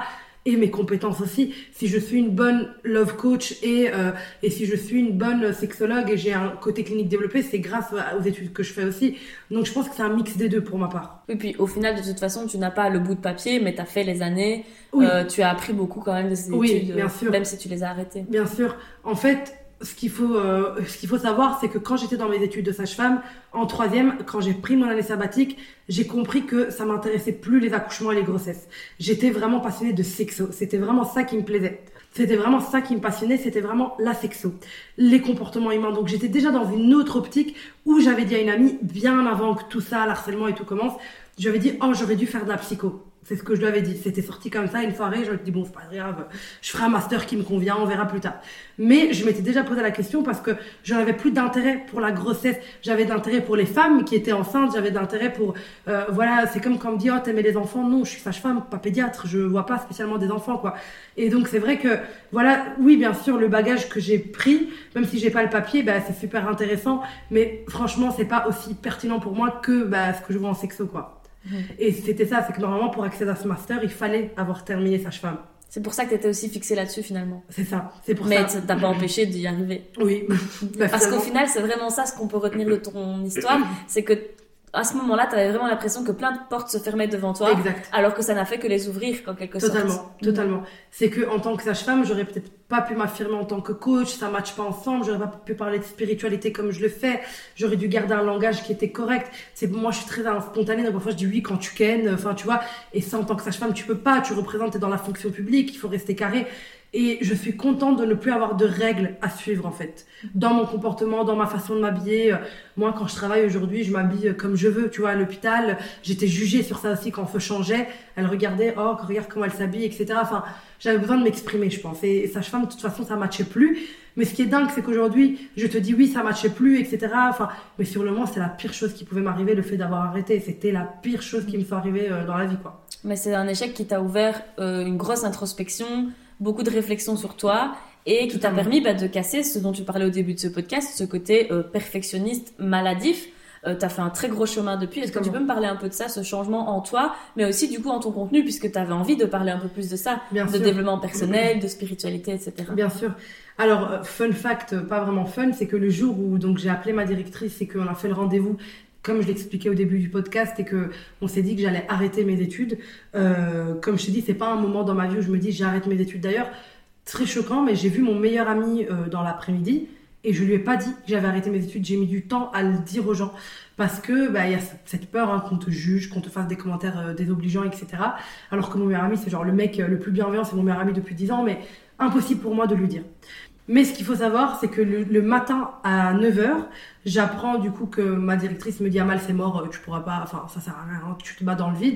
et mes compétences aussi. Si je suis une bonne love coach et, euh, et si je suis une bonne sexologue et j'ai un côté clinique développé, c'est grâce aux études que je fais aussi. Donc je pense que c'est un mix des deux pour ma part. Oui, puis au final, de toute façon, tu n'as pas le bout de papier, mais tu as fait les années. Oui. Euh, tu as appris beaucoup quand même de ces oui, études, bien sûr. Même si tu les as arrêtées. Bien sûr. En fait, ce qu'il faut, euh, ce qu'il faut savoir, c'est que quand j'étais dans mes études de sage-femme, en troisième, quand j'ai pris mon année sabbatique, j'ai compris que ça m'intéressait plus les accouchements et les grossesses. J'étais vraiment passionnée de sexo. C'était vraiment ça qui me plaisait. C'était vraiment ça qui me passionnait. C'était vraiment la sexo, les comportements humains. Donc j'étais déjà dans une autre optique où j'avais dit à une amie, bien avant que tout ça, l'harcèlement et tout commence, je lui avais dit, oh, j'aurais dû faire de la psycho. C'est ce que je lui avais dit. C'était sorti comme ça une soirée. Je me dis bon, c'est pas grave. Je ferai un master qui me convient. On verra plus tard. Mais je m'étais déjà posé la question parce que j'en avais plus d'intérêt pour la grossesse. J'avais d'intérêt pour les femmes qui étaient enceintes. J'avais d'intérêt pour euh, voilà. C'est comme quand on me dit oh t'aimais les enfants. Non, je suis sage-femme, pas pédiatre. Je vois pas spécialement des enfants quoi. Et donc c'est vrai que voilà. Oui, bien sûr, le bagage que j'ai pris, même si j'ai pas le papier, bah c'est super intéressant. Mais franchement, c'est pas aussi pertinent pour moi que bah ce que je vois en sexo quoi. Mmh. Et c'était ça, c'est que normalement pour accéder à ce master, il fallait avoir terminé sage-femme. C'est pour ça que tu étais aussi fixée là-dessus finalement. C'est ça, c'est pour Mais ça. Mais ça t'a pas empêché d'y arriver. Oui. Bah, Parce qu'au final, c'est vraiment ça ce qu'on peut retenir de ton histoire, c'est que à ce moment-là, tu avais vraiment l'impression que plein de portes se fermaient devant toi, exact. Alors que ça n'a fait que les ouvrir en quelque totalement, sorte. Totalement, totalement. C'est que en tant que sage-femme, j'aurais peut-être pas pu m'affirmer en tant que coach, ça matche pas ensemble, j'aurais pas pu parler de spiritualité comme je le fais, j'aurais dû garder un langage qui était correct. C'est moi, je suis très spontanée, donc parfois je dis oui quand tu kennes, enfin tu vois. Et ça, en tant que sage-femme, tu peux pas, tu représentes, t'es dans la fonction publique, il faut rester carré. Et je suis contente de ne plus avoir de règles à suivre en fait. Dans mon comportement, dans ma façon de m'habiller. Moi, quand je travaille aujourd'hui, je m'habille comme je veux. Tu vois, à l'hôpital, j'étais jugée sur ça aussi quand on se changeait. Elle regardait, oh, regarde comment elle s'habille, et cetera. Enfin, j'avais besoin de m'exprimer, je pense. Et sage-femme, de toute façon, ça matchait plus. Mais ce qui est dingue, c'est qu'aujourd'hui, je te dis oui, ça matchait plus, et cetera. Enfin, mais sur le moment, c'est la pire chose qui pouvait m'arriver, le fait d'avoir arrêté. C'était la pire chose qui me soit arrivée dans la vie, quoi. Mais c'est un échec qui t'a ouvert euh, une grosse introspection, beaucoup de réflexions sur toi et qui t'a permis bah, de casser ce dont tu parlais au début de ce podcast, ce côté euh, perfectionniste, maladif. Euh, tu as fait un très gros chemin depuis. Est-ce que tu peux me parler un peu de ça, ce changement en toi, mais aussi du coup en ton contenu, puisque tu avais envie de parler un peu plus de ça, Bien de sûr. Développement personnel, de spiritualité, et cetera. Bien sûr. Alors, fun fact, pas vraiment fun, c'est que le jour où donc, j'ai appelé ma directrice et qu'on a fait le rendez-vous, comme je l'expliquais au début du podcast, et que on s'est dit que j'allais arrêter mes études. Euh, comme je t'ai dit, c'est pas un moment dans ma vie où je me dis j'arrête mes études. D'ailleurs, très choquant, mais j'ai vu mon meilleur ami euh, dans l'après-midi et je lui ai pas dit que j'avais arrêté mes études. J'ai mis du temps à le dire aux gens parce que bah il y a cette peur hein, qu'on te juge, qu'on te fasse des commentaires euh, désobligeants, et cetera. Alors que mon meilleur ami, c'est genre le mec euh, le plus bienveillant, c'est mon meilleur ami depuis dix ans, mais impossible pour moi de lui dire. Mais ce qu'il faut savoir, c'est que le, le matin à neuf heures, j'apprends du coup que ma directrice me dit « Amal, c'est mort, tu pourras pas... Enfin, ça sert à rien, tu te bats dans le vide. »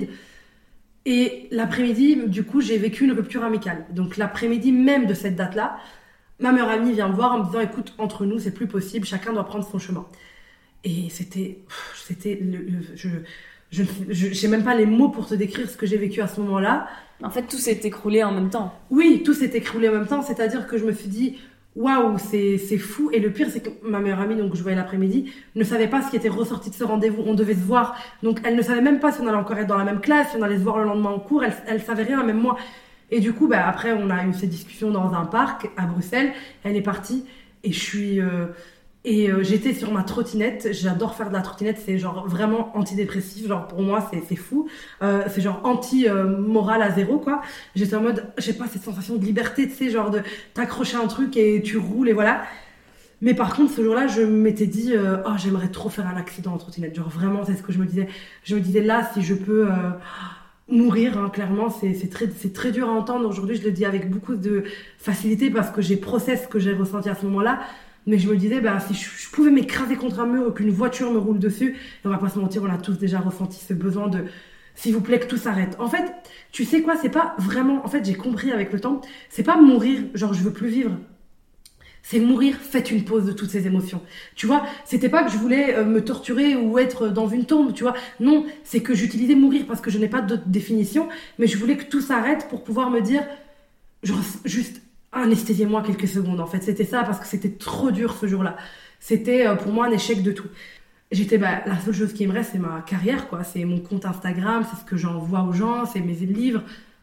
Et l'après-midi, du coup, j'ai vécu une rupture amicale. Donc l'après-midi même de cette date-là, ma meilleure amie vient me voir en me disant « Écoute, entre nous, c'est plus possible, chacun doit prendre son chemin. » Et c'était... c'était le, le, je, je, je, j'ai même pas les mots pour te décrire ce que j'ai vécu à ce moment-là. En fait, tout s'est écroulé en même temps. Oui, tout s'est écroulé en même temps, c'est-à-dire que je me suis dit... Waouh, c'est, c'est fou. Et le pire, c'est que ma meilleure amie, donc je voyais l'après-midi, ne savait pas ce qui était ressorti de ce rendez-vous. On devait se voir. Donc, elle ne savait même pas si on allait encore être dans la même classe, si on allait se voir le lendemain en cours. Elle, elle savait rien, même moi. Et du coup, bah, après, on a eu cette discussion dans un parc à Bruxelles. Elle est partie et je suis, euh, et euh, j'étais sur ma trottinette. J'adore faire de la trottinette. C'est genre vraiment antidépressif. Genre, pour moi, c'est, c'est fou. Euh, c'est genre anti-morale à zéro, quoi. J'étais en mode, j'ai pas cette sensation de liberté, tu sais, genre de t'accrocher à un truc et tu roules et voilà. Mais par contre, ce jour-là, je m'étais dit, euh, oh, j'aimerais trop faire un accident en trottinette. Genre vraiment, c'est ce que je me disais. Je me disais là, si je peux euh, mourir, hein, clairement, c'est, c'est, très, c'est très dur à entendre. Aujourd'hui, je le dis avec beaucoup de facilité parce que j'ai processé ce que j'ai ressenti à ce moment-là. Mais je me disais, bah, si je, je pouvais m'écraser contre un mur ou qu'une voiture me roule dessus, et on va pas se mentir, on a tous déjà ressenti ce besoin de, s'il vous plaît, que tout s'arrête. En fait, tu sais quoi, c'est pas vraiment, en fait, j'ai compris avec le temps, c'est pas mourir, genre je veux plus vivre. C'est mourir, faites une pause de toutes ces émotions. Tu vois, c'était pas que je voulais euh, me torturer ou être dans une tombe, tu vois. Non, c'est que j'utilisais mourir parce que je n'ai pas d'autre définition, mais je voulais que tout s'arrête pour pouvoir me dire, genre, juste, anesthésiez-moi quelques secondes, en fait. C'était ça, parce que c'était trop dur ce jour-là. C'était, euh, pour moi, un échec de tout. J'étais, bah, la seule chose qui me reste, c'est ma carrière, quoi. C'est mon compte Instagram, c'est ce que j'envoie aux gens, c'est mes livres.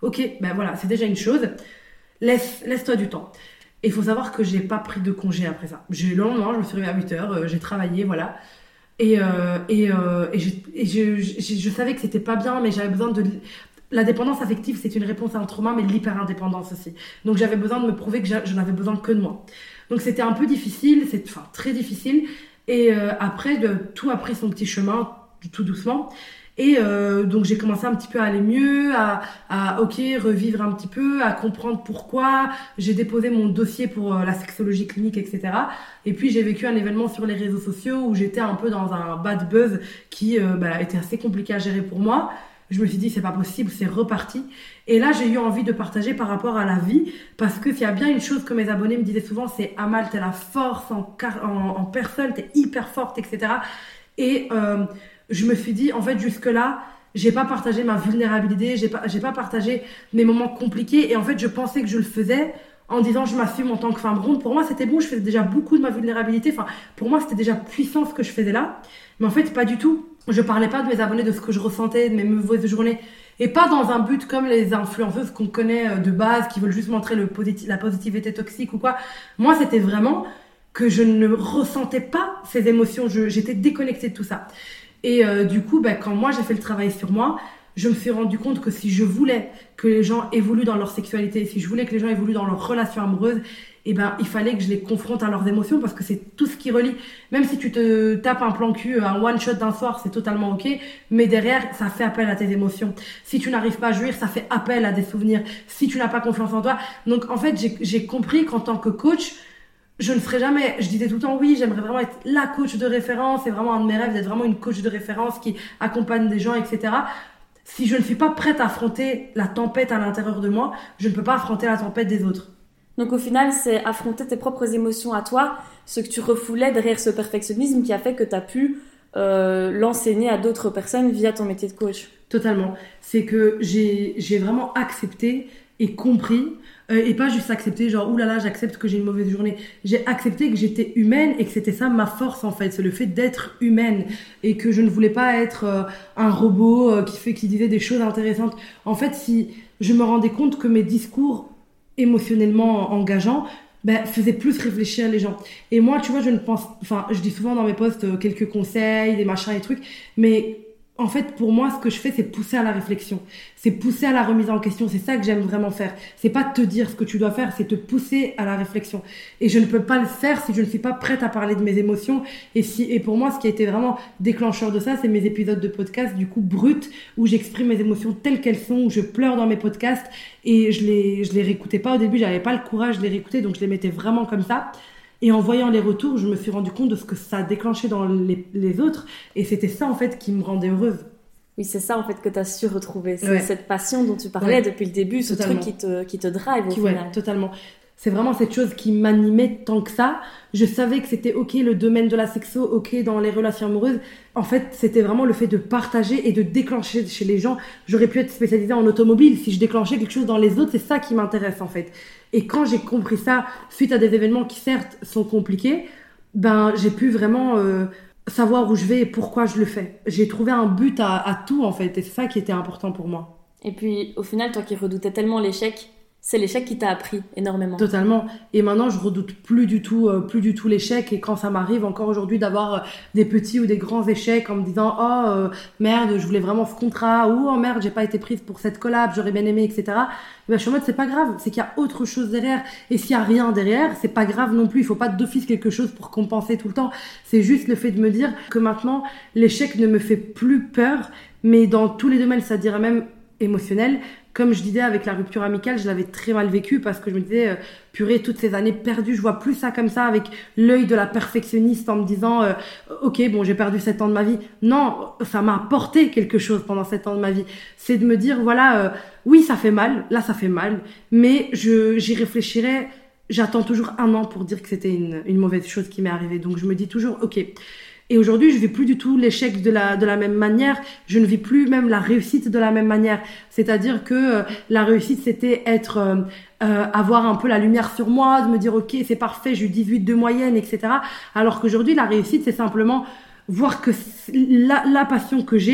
Ok, ben voilà, c'est déjà une chose. Laisse, laisse-toi du temps. Et il faut savoir que j'ai pas pris de congé après ça. J'ai, le lendemain, je me suis réveillée à huit heures, euh, j'ai travaillé, voilà. Et, euh, et, euh, et, j'ai, et je, je, je savais que c'était pas bien, mais j'avais besoin de... La dépendance affective, c'est une réponse à un trauma, mais l'hyper-indépendance aussi. Donc j'avais besoin de me prouver que je n'avais besoin que de moi. Donc c'était un peu difficile, c'est, enfin très difficile. Et euh, après, de, tout a pris son petit chemin, tout doucement. Et euh, donc j'ai commencé un petit peu à aller mieux, à, à ok revivre un petit peu, à comprendre pourquoi. J'ai déposé mon dossier pour euh, la sexologie clinique, et cetera. Et puis j'ai vécu un événement sur les réseaux sociaux où j'étais un peu dans un bad buzz qui euh, bah, était assez compliqué à gérer pour moi. Je me suis dit c'est pas possible, c'est reparti. Et là j'ai eu envie de partager par rapport à la vie, parce que s'il y a bien une chose que mes abonnés me disaient souvent, c'est Amal, t'es la force en, car- en, en personne, t'es hyper forte, et cetera. Et euh, je me suis dit, en fait, jusque-là, j'ai pas partagé ma vulnérabilité, j'ai pas, j'ai pas partagé mes moments compliqués. Et en fait, je pensais que je le faisais en disant, je m'assume en tant que femme ronde. Pour moi, c'était bon, je faisais déjà beaucoup de ma vulnérabilité. Enfin, pour moi, c'était déjà puissant ce que je faisais là. Mais en fait, pas du tout. Je parlais pas de mes abonnés, de ce que je ressentais, de mes mauvaises journées. Et pas dans un but comme les influenceuses qu'on connaît de base, qui veulent juste montrer le posit- la positivité toxique ou quoi. Moi, c'était vraiment que je ne ressentais pas ces émotions. Je, j'étais déconnectée de tout ça. Et euh, du coup, bah, quand moi j'ai fait le travail sur moi, je me suis rendu compte que si je voulais que les gens évoluent dans leur sexualité, si je voulais que les gens évoluent dans leur relation amoureuse, eh ben, il fallait que je les confronte à leurs émotions, parce que c'est tout ce qui relie. Même si tu te tapes un plan cul, un one shot d'un soir, c'est totalement ok, mais derrière, ça fait appel à tes émotions. Si tu n'arrives pas à jouir, ça fait appel à des souvenirs. Si tu n'as pas confiance en toi. Donc en fait, j'ai, j'ai compris qu'en tant que coach, je ne ferai jamais, je disais tout le temps oui, j'aimerais vraiment être la coach de référence, c'est vraiment un de mes rêves d'être vraiment une coach de référence qui accompagne des gens, et cetera. Si je ne suis pas prête à affronter la tempête à l'intérieur de moi, je ne peux pas affronter la tempête des autres. Donc au final, c'est affronter tes propres émotions à toi, ce que tu refoulais derrière ce perfectionnisme qui a fait que tu as pu euh, l'enseigner à d'autres personnes via ton métier de coach. Totalement. C'est que j'ai, j'ai vraiment accepté et compris, euh, et pas juste accepter genre oulala, j'accepte que j'ai une mauvaise journée. J'ai accepté que j'étais humaine et que c'était ça ma force en fait, c'est le fait d'être humaine, et que je ne voulais pas être euh, un robot euh, qui fait qui disait des choses intéressantes. En fait, si je me rendais compte que mes discours émotionnellement engageants ben, faisaient plus réfléchir les gens. Et moi, tu vois, je ne pense, enfin, je dis souvent dans mes posts euh, quelques conseils, des machins et trucs, mais en fait, pour moi, ce que je fais, c'est pousser à la réflexion. C'est pousser à la remise en question. C'est ça que j'aime vraiment faire. C'est pas te dire ce que tu dois faire, c'est te pousser à la réflexion. Et je ne peux pas le faire si je ne suis pas prête à parler de mes émotions. Et si, et pour moi, ce qui a été vraiment déclencheur de ça, c'est mes épisodes de podcast, du coup, bruts, où j'exprime mes émotions telles qu'elles sont, où je pleure dans mes podcasts. Et je les, je les réécoutais pas au début, j'avais pas le courage de les réécouter, donc je les mettais vraiment comme ça. Et en voyant les retours, je me suis rendu compte de ce que ça a déclenché dans les, les autres. Et c'était ça, en fait, qui me rendait heureuse. Oui, c'est ça, en fait, que tu as su retrouver. C'est ouais. cette passion dont tu parlais ouais. depuis le début, ce totalement. truc qui te, qui te drive au qui, final. Ouais, totalement. C'est vraiment cette chose qui m'animait tant que ça. Je savais que c'était ok le domaine de la sexo, ok dans les relations amoureuses. En fait, c'était vraiment le fait de partager et de déclencher chez les gens. J'aurais pu être spécialisée en automobile. Si je déclenchais quelque chose dans les autres, c'est ça qui m'intéresse, en fait. Et quand j'ai compris ça, suite à des événements qui certes sont compliqués, ben j'ai pu vraiment euh, savoir où je vais et pourquoi je le fais. J'ai trouvé un but à, à tout en fait, et c'est ça qui était important pour moi. Et puis au final, toi qui redoutais tellement l'échec, c'est l'échec qui t'a appris énormément. Totalement. Et maintenant, je redoute plus du tout, euh, plus du tout l'échec. Et quand ça m'arrive encore aujourd'hui d'avoir euh, des petits ou des grands échecs en me disant oh euh, merde, je voulais vraiment ce contrat, ou oh merde, j'ai pas été prise pour cette collab, j'aurais bien aimé, et cetera. Et ben, je suis en mode c'est pas grave, c'est qu'il y a autre chose derrière. Et s'il y a rien derrière, c'est pas grave non plus. Il faut pas d'office quelque chose pour compenser tout le temps. C'est juste le fait de me dire que maintenant l'échec ne me fait plus peur, mais dans tous les domaines, c'est-à-dire même émotionnel. Comme je disais, avec la rupture amicale, je l'avais très mal vécu parce que je me disais, euh, purée, toutes ces années perdues, je vois plus ça comme ça avec l'œil de la perfectionniste en me disant, euh, ok, bon, j'ai perdu sept ans de ma vie. Non, ça m'a apporté quelque chose pendant sept ans de ma vie. C'est de me dire, voilà, euh, oui, ça fait mal, là, ça fait mal, mais je, j'y réfléchirai. J'attends toujours un an pour dire que c'était une, une mauvaise chose qui m'est arrivée. Donc, je me dis toujours, ok. Et aujourd'hui, je vis plus du tout l'échec de la de la même manière. Je ne vis plus même la réussite de la même manière. C'est-à-dire que euh, la réussite, c'était être euh, euh, avoir un peu la lumière sur moi, de me dire ok, c'est parfait, j'ai eu dix-huit de moyenne, et cetera. Alors qu'aujourd'hui, la réussite, c'est simplement voir que la, la passion que j'ai,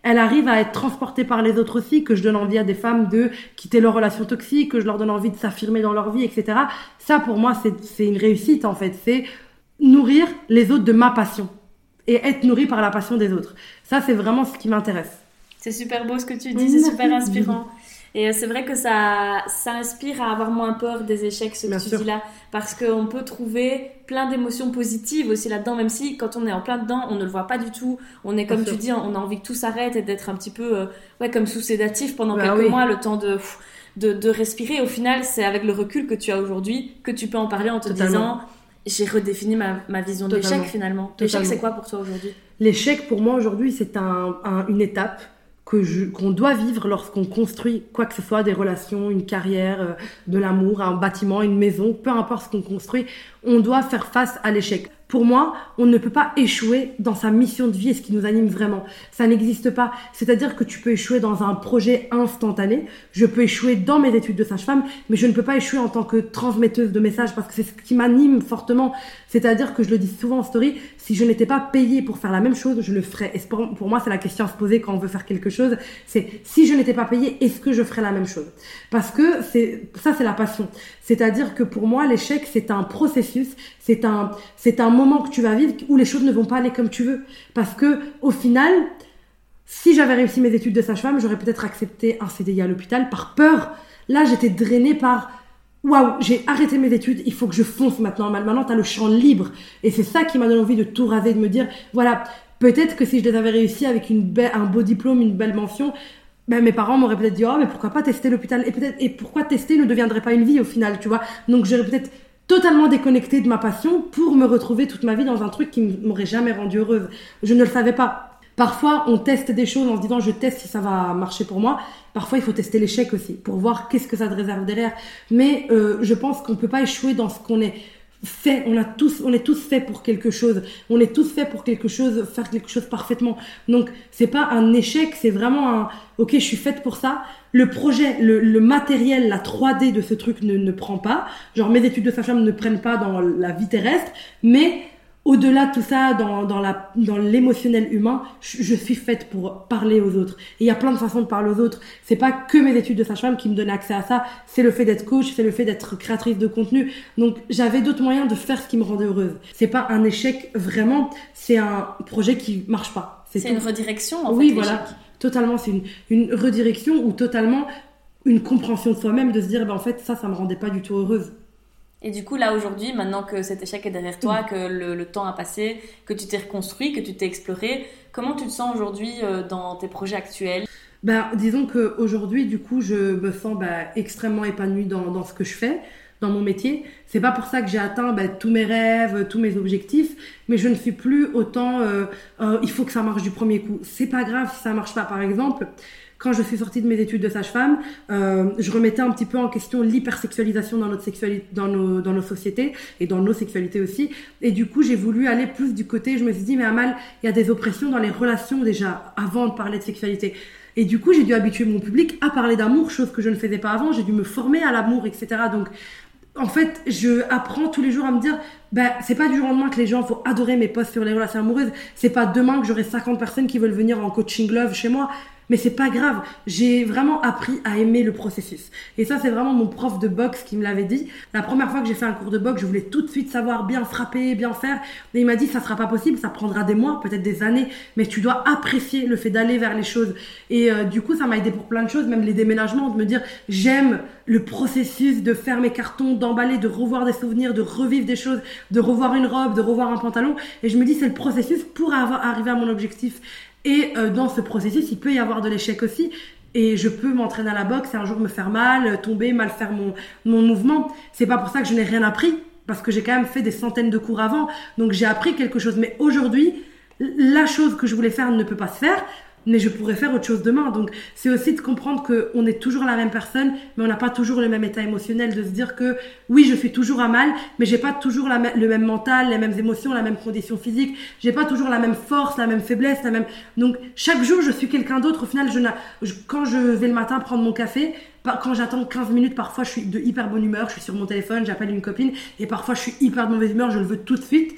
elle arrive à être transportée par les autres aussi, que je donne envie à des femmes de quitter leurs relations toxiques, que je leur donne envie de s'affirmer dans leur vie, et cetera. Ça, pour moi, c'est, c'est une réussite, en fait. C'est nourrir les autres de ma passion et être nourri par la passion des autres. Ça, c'est vraiment ce qui m'intéresse. C'est super beau ce que tu dis, c'est super inspirant. Et c'est vrai que ça, ça inspire à avoir moins peur des échecs, ce que Bien tu sûr. dis là. Parce qu'on peut trouver plein d'émotions positives aussi là-dedans, même si quand on est en plein dedans, on ne le voit pas du tout. On est, comme Bien tu sûr. dis, on a envie que tout s'arrête et d'être un petit peu euh, ouais, comme sous sédatif pendant Bah quelques oui. mois, le temps de, de, de respirer. Au final, c'est avec le recul que tu as aujourd'hui que tu peux en parler en te Totalement. disant j'ai redéfini ma, ma vision de Totalement. l'échec finalement. L'échec, Totalement. c'est quoi pour toi aujourd'hui? L'échec, pour moi, aujourd'hui, c'est un, un- une étape que je, qu'on doit vivre lorsqu'on construit quoi que ce soit, des relations, une carrière, euh, de l'amour, un bâtiment, une maison, peu importe ce qu'on construit, on doit faire face à l'échec. Pour moi, on ne peut pas échouer dans sa mission de vie et ce qui nous anime vraiment. Ça n'existe pas. C'est-à-dire que tu peux échouer dans un projet instantané. Je peux échouer dans mes études de sage-femme, mais je ne peux pas échouer en tant que transmetteuse de messages parce que c'est ce qui m'anime fortement. C'est-à-dire que je le dis souvent en story, si je n'étais pas payée pour faire la même chose, je le ferais. Et pour, pour moi, c'est la question à se poser quand on veut faire quelque chose. C'est si je n'étais pas payée, est-ce que je ferais la même chose? Parce que c'est, ça, c'est la passion. C'est-à-dire que pour moi, l'échec, c'est un processus, c'est un, c'est un moment que tu vas vivre où les choses ne vont pas aller comme tu veux. Parce que, au final, si j'avais réussi mes études de sage-femme, j'aurais peut-être accepté un C D I à l'hôpital par peur. Là, j'étais drainée par waouh, j'ai arrêté mes études, il faut que je fonce maintenant. Maintenant, t'as le champ libre. Et c'est ça qui m'a donné envie de tout raser, de me dire, voilà, peut-être que si je les avais réussi avec une be- un beau diplôme, une belle mention, ben, mes parents m'auraient peut-être dit, oh, mais pourquoi pas tester l'hôpital? Et peut-être, et pourquoi tester ne deviendrait pas une vie au final, tu vois? Donc, j'aurais peut-être totalement déconnecté de ma passion pour me retrouver toute ma vie dans un truc qui m'aurait jamais rendue heureuse. Je ne le savais pas. Parfois, on teste des choses en se disant, je teste si ça va marcher pour moi. Parfois, il faut tester l'échec aussi pour voir qu'est-ce que ça te réserve derrière. Mais euh, je pense qu'on peut pas échouer dans ce qu'on est fait. On a tous, on est tous faits pour quelque chose. On est tous faits pour quelque chose, faire quelque chose parfaitement. Donc, c'est pas un échec, c'est vraiment un, ok, je suis faite pour ça. Le projet, le, le matériel, la trois D de ce truc ne, ne prend pas. Genre, mes études de sage-femme ne prennent pas dans la vie terrestre, mais au-delà de tout ça, dans, dans, la, dans l'émotionnel humain, je, je suis faite pour parler aux autres. Et il y a plein de façons de parler aux autres. C'est pas que mes études de sage-femme qui me donnent accès à ça. C'est le fait d'être coach, c'est le fait d'être créatrice de contenu. Donc, j'avais d'autres moyens de faire ce qui me rendait heureuse. C'est pas un échec vraiment, c'est un projet qui marche pas. C'est, c'est une redirection, en oui, fait, voilà. l'échec. Totalement, c'est une, une redirection ou totalement une compréhension de soi-même, de se dire, ben, en fait, ça, ça me rendait pas du tout heureuse. Et du coup, là, aujourd'hui, maintenant que cet échec est derrière toi, que le, le temps a passé, que tu t'es reconstruit, que tu t'es exploré, comment tu te sens aujourd'hui euh, dans tes projets actuels? Ben, disons qu'aujourd'hui, du coup, je me sens ben, extrêmement épanouie dans, dans ce que je fais, dans mon métier. C'est pas pour ça que j'ai atteint ben, tous mes rêves, tous mes objectifs, mais je ne suis plus autant euh, euh, il faut que ça marche du premier coup. C'est pas grave si ça marche pas. Par exemple, quand je suis sortie de mes études de sage-femme, euh, je remettais un petit peu en question l'hypersexualisation dans notre sexualité, dans nos, dans nos sociétés et dans nos sexualités aussi. Et du coup, j'ai voulu aller plus du côté, je me suis dit, mais Amal, il y a des oppressions dans les relations déjà, avant de parler de sexualité. Et du coup, j'ai dû habituer mon public à parler d'amour, chose que je ne faisais pas avant. J'ai dû me former à l'amour, et cetera. Donc, en fait, je apprends tous les jours à me dire, ben, c'est pas du jour au lendemain que les gens vont adorer mes posts sur les relations amoureuses. C'est pas demain que j'aurai cinquante personnes qui veulent venir en coaching love chez moi. Mais c'est pas grave. J'ai vraiment appris à aimer le processus. Et ça, c'est vraiment mon prof de boxe qui me l'avait dit. La première fois que j'ai fait un cours de boxe, je voulais tout de suite savoir bien frapper, bien faire. Et il m'a dit, ça sera pas possible, ça prendra des mois, peut-être des années, mais tu dois apprécier le fait d'aller vers les choses. Et euh, du coup, ça m'a aidé pour plein de choses, même les déménagements, de me dire, j'aime le processus de faire mes cartons, d'emballer, de revoir des souvenirs, de revivre des choses, de revoir une robe, de revoir un pantalon. Et je me dis, c'est le processus pour avoir, arriver à mon objectif. Et euh, dans ce processus, il peut y avoir de l'échec aussi. Et je peux m'entraîner à la boxe et un jour me faire mal, tomber, mal faire mon, mon mouvement. C'est pas pour ça que je n'ai rien appris, parce que j'ai quand même fait des centaines de cours avant. Donc j'ai appris quelque chose. Mais aujourd'hui, la chose que je voulais faire ne peut pas se faire, mais je pourrais faire autre chose demain. Donc c'est aussi de comprendre qu'on est toujours la même personne, mais on n'a pas toujours le même état émotionnel, de se dire que oui, je suis toujours à mal, mais j'ai pas toujours la me- le même mental, les mêmes émotions, la même condition physique, j'ai pas toujours la même force, la même faiblesse, la même... Donc chaque jour je suis quelqu'un d'autre. Au final, je, n'a... je... quand je vais le matin prendre mon café, quand j'attends quinze minutes, parfois je suis de hyper bonne humeur, je suis sur mon téléphone, j'appelle une copine, et parfois je suis hyper de mauvaise humeur, je le veux tout de suite.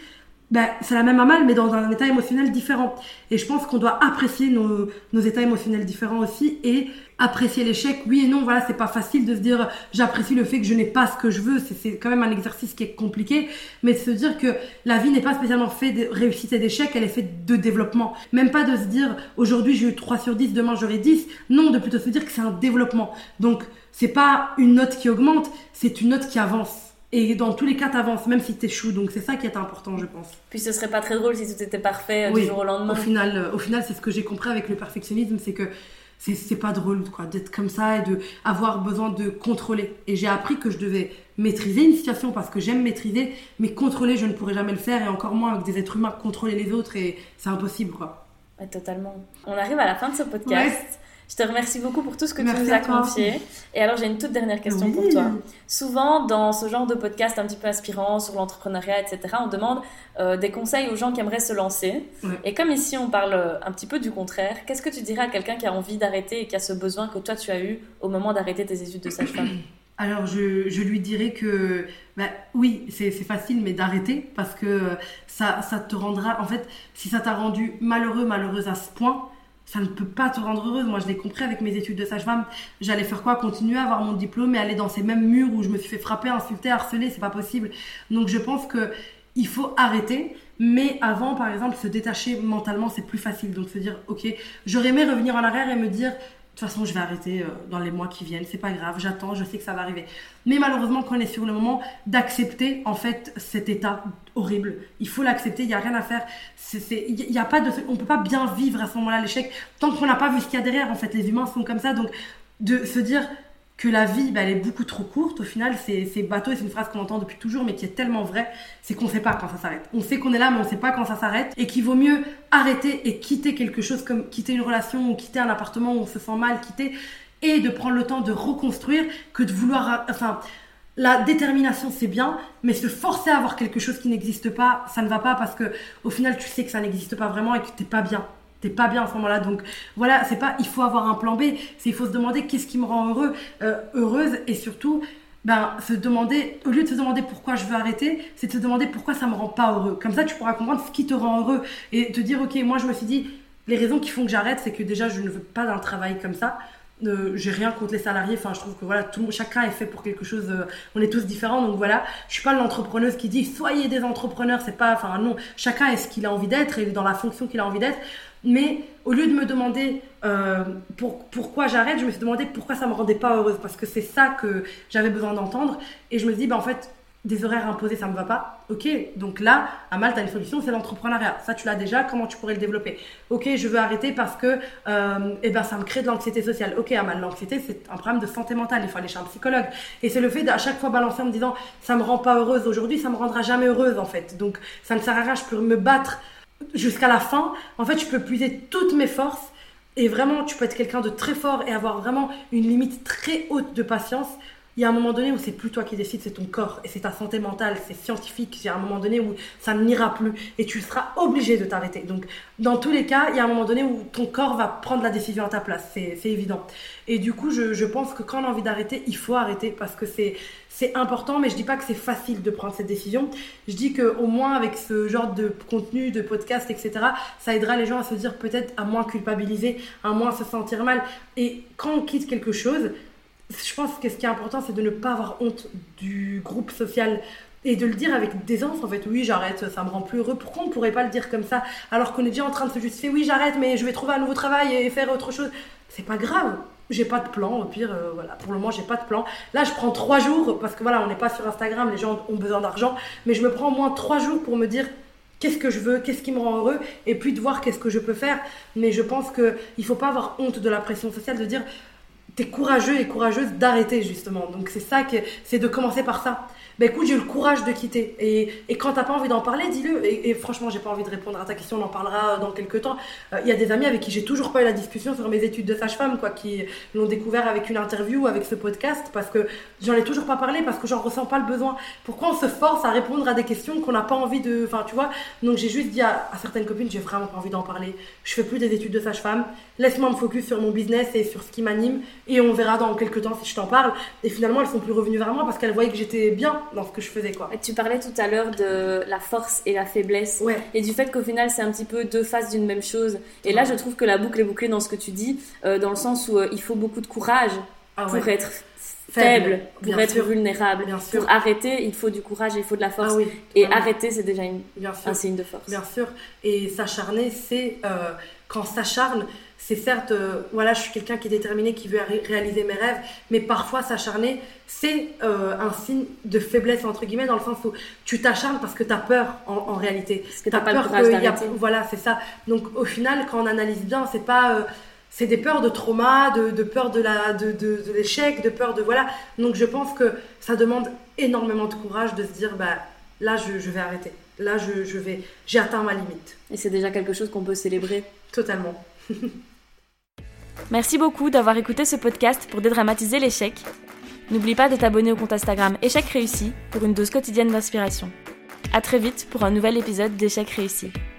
ben, c'est la même amal, mais dans un état émotionnel différent. Et je pense qu'on doit apprécier nos, nos états émotionnels différents aussi et apprécier l'échec. Oui et non, voilà, c'est pas facile de se dire j'apprécie le fait que je n'ai pas ce que je veux. C'est, c'est quand même un exercice qui est compliqué, mais de se dire que la vie n'est pas spécialement faite de réussite et d'échec, elle est faite de développement. Même pas de se dire aujourd'hui j'ai eu trois sur dix, demain j'aurai dix. Non, de plutôt se dire que c'est un développement. Donc, c'est pas une note qui augmente, c'est une note qui avance. Et dans tous les cas, t'avances, même si t'échoues. Donc, c'est ça qui est important, je pense. Puis, ce serait pas très drôle si tout était parfait euh, oui, du jour au lendemain. Au final, euh, au final, c'est ce que j'ai compris avec le perfectionnisme, c'est que c'est, c'est pas drôle, quoi, d'être comme ça et de avoir besoin de contrôler. Et j'ai appris que je devais maîtriser une situation parce que j'aime maîtriser, mais contrôler, je ne pourrais jamais le faire. Et encore moins avec des êtres humains, contrôler les autres, et c'est impossible, quoi. Ouais, totalement. On arrive à la fin de ce podcast. Ouais. Je te remercie beaucoup pour tout ce que Merci tu nous as confié. Et alors, j'ai une toute dernière question oui. pour toi. Souvent, dans ce genre de podcast un petit peu inspirant sur l'entrepreneuriat, et cetera, on demande euh, des conseils aux gens qui aimeraient se lancer. Ouais. Et comme ici, on parle un petit peu du contraire, qu'est-ce que tu dirais à quelqu'un qui a envie d'arrêter et qui a ce besoin que toi, tu as eu au moment d'arrêter tes études de sage-femme? Alors, je, je lui dirais que, bah, oui, c'est, c'est facile, mais d'arrêter, parce que ça, ça te rendra, en fait, si ça t'a rendu malheureux, malheureuse à ce point, ça ne peut pas te rendre heureuse. Moi, je l'ai compris avec mes études de sage-femme. J'allais faire quoi? Continuer à avoir mon diplôme et aller dans ces mêmes murs où je me suis fait frapper, insulter, harceler. C'est pas possible. Donc, je pense que il faut arrêter. Mais avant, par exemple, se détacher mentalement, c'est plus facile. Donc, se dire, ok, j'aurais aimé revenir en arrière et me dire, de toute façon, je vais arrêter dans les mois qui viennent. C'est pas grave, j'attends, je sais que ça va arriver. Mais malheureusement, quand on est sur le moment d'accepter, en fait, cet état horrible, il faut l'accepter. Il y a rien à faire. C'est, c'est, il y a pas de, on peut pas bien vivre à ce moment-là l'échec tant qu'on n'a pas vu ce qu'il y a derrière. En fait, les humains sont comme ça. Donc, de se dire que la vie, bah, elle est beaucoup trop courte. Au final, c'est, c'est bateau et c'est une phrase qu'on entend depuis toujours, mais qui est tellement vraie, c'est qu'on sait pas quand ça s'arrête. On sait qu'on est là, mais on sait pas quand ça s'arrête, et qu'il vaut mieux arrêter et quitter quelque chose, comme quitter une relation ou quitter un appartement où on se sent mal, quitter, et de prendre le temps de reconstruire, que de vouloir, enfin, la détermination c'est bien, mais se forcer à avoir quelque chose qui n'existe pas, ça ne va pas, parce que au final, tu sais que ça n'existe pas vraiment et que t'es pas bien. T'es pas bien à ce moment-là, donc voilà, c'est pas il faut avoir un plan B, c'est il faut se demander qu'est-ce qui me rend heureux, euh, heureuse, et surtout ben se demander, au lieu de se demander pourquoi je veux arrêter, c'est de se demander pourquoi ça me rend pas heureux. Comme ça tu pourras comprendre ce qui te rend heureux et te dire ok, moi je me suis dit les raisons qui font que j'arrête, c'est que déjà je ne veux pas d'un travail comme ça. Euh, j'ai rien contre les salariés, enfin je trouve que voilà, tout, chacun est fait pour quelque chose, euh, on est tous différents, donc voilà, je suis pas l'entrepreneuse qui dit soyez des entrepreneurs, c'est pas, enfin non, chacun est ce qu'il a envie d'être et dans la fonction qu'il a envie d'être. Mais au lieu de me demander euh, pour, pourquoi j'arrête, je me suis demandé pourquoi ça me rendait pas heureuse, parce que c'est ça que j'avais besoin d'entendre. Et je me dis, bah en fait, des horaires imposés, ça me va pas. Ok, donc là, à Malte, t'as une solution, c'est l'entrepreneuriat. Ça, tu l'as déjà, comment tu pourrais le développer? Ok, je veux arrêter parce que euh, eh ben, ça me crée de l'anxiété sociale. Ok, à Malte, l'anxiété, c'est un problème de santé mentale, il faut aller chez un psychologue. Et c'est le fait d'à chaque fois balancer en me disant, ça me rend pas heureuse aujourd'hui, ça me rendra jamais heureuse en fait. Donc, ça ne sert à rien, je peux me battre jusqu'à la fin. En fait, je peux puiser toutes mes forces et vraiment, tu peux être quelqu'un de très fort et avoir vraiment une limite très haute de patience. Il y a un moment donné où c'est plus toi qui décides, c'est ton corps et c'est ta santé mentale, c'est scientifique. Il y a un moment donné où ça n'ira plus et tu seras obligé de t'arrêter. Donc, dans tous les cas, il y a un moment donné où ton corps va prendre la décision à ta place, c'est, c'est évident. Et du coup, je, je pense que quand on a envie d'arrêter, il faut arrêter parce que c'est, c'est important, mais je dis pas que c'est facile de prendre cette décision. Je dis qu'au moins avec ce genre de contenu, de podcast, et cetera, ça aidera les gens à se dire peut-être à moins culpabiliser, à moins se sentir mal. Et quand on quitte quelque chose, je pense que ce qui est important, c'est de ne pas avoir honte du groupe social et de le dire avec décence. En fait, oui, j'arrête, ça me rend plus heureux. Pourquoi on ne pourrait pas le dire comme ça alors qu'on est déjà en train de se justifier? Oui, j'arrête, mais je vais trouver un nouveau travail et faire autre chose. C'est pas grave. J'ai pas de plan. Au pire, euh, voilà, pour le moment, j'ai pas de plan. Là, je prends trois jours parce que voilà, on n'est pas sur Instagram, les gens ont besoin d'argent, mais je me prends au moins trois jours pour me dire qu'est-ce que je veux, qu'est-ce qui me rend heureux, et puis de voir qu'est-ce que je peux faire. Mais je pense que il faut pas avoir honte de la pression sociale, de dire t'es courageux et courageuse d'arrêter justement. Donc c'est ça que c'est de commencer par ça. Ben écoute, j'ai eu le courage de quitter. Et, et quand t'as pas envie d'en parler, dis-le. Et, et franchement, j'ai pas envie de répondre à ta question, on en parlera dans quelques temps. Il euh, y a des amis avec qui j'ai toujours pas eu la discussion sur mes études de sage-femme, quoi, qui l'ont découvert avec une interview, avec ce podcast, parce que j'en ai toujours pas parlé, parce que j'en ressens pas le besoin. Pourquoi on se force à répondre à des questions qu'on n'a pas envie de... Enfin, tu vois. Donc j'ai juste dit à, à certaines copines, j'ai vraiment pas envie d'en parler. Je fais plus des études de sage-femme. Laisse-moi me focus sur mon business et sur ce qui m'anime. Et on verra dans quelques temps si je t'en parle. Et finalement, elles sont plus revenues vers moi parce qu'elles voyaient que j'étais bien bien dans ce que je faisais, quoi. Tu parlais tout à l'heure de la force et la faiblesse, ouais. et du fait qu'au final c'est un petit peu deux faces d'une même chose. Et là, je trouve que la boucle est bouclée dans ce que tu dis, euh, dans le sens où euh, il faut beaucoup de courage ah, pour ouais. être faible, faible pour être sûr. vulnérable. Bien sûr. Pour arrêter, il faut du courage, il faut de la force. Ah, oui. Et ah, arrêter, c'est déjà une, bien sûr. un signe de force. Bien sûr. Et s'acharner, c'est euh, quand on s'acharne, c'est certes, euh, voilà, je suis quelqu'un qui est déterminé, qui veut ré- réaliser mes rêves, mais parfois s'acharner, c'est euh, un signe de faiblesse, entre guillemets, dans le sens où tu t'acharnes parce que tu as peur, en, en réalité. Parce que tu n'as pas peur le courage que d'arrêter. Y a, voilà, c'est ça. Donc au final, quand on analyse bien, c'est pas... Euh, c'est des peurs de trauma, de, de peur de, la, de, de, de l'échec, de peur de... Voilà. Donc je pense que ça demande énormément de courage de se dire, bah, là, je, je vais arrêter. Là, je, je vais... J'ai atteint ma limite. Et c'est déjà quelque chose qu'on peut célébrer. Totalement. Merci beaucoup d'avoir écouté ce podcast pour dédramatiser l'échec. N'oublie pas de t'abonner au compte Instagram Échec Réussi pour une dose quotidienne d'inspiration. À très vite pour un nouvel épisode d'Échec Réussi.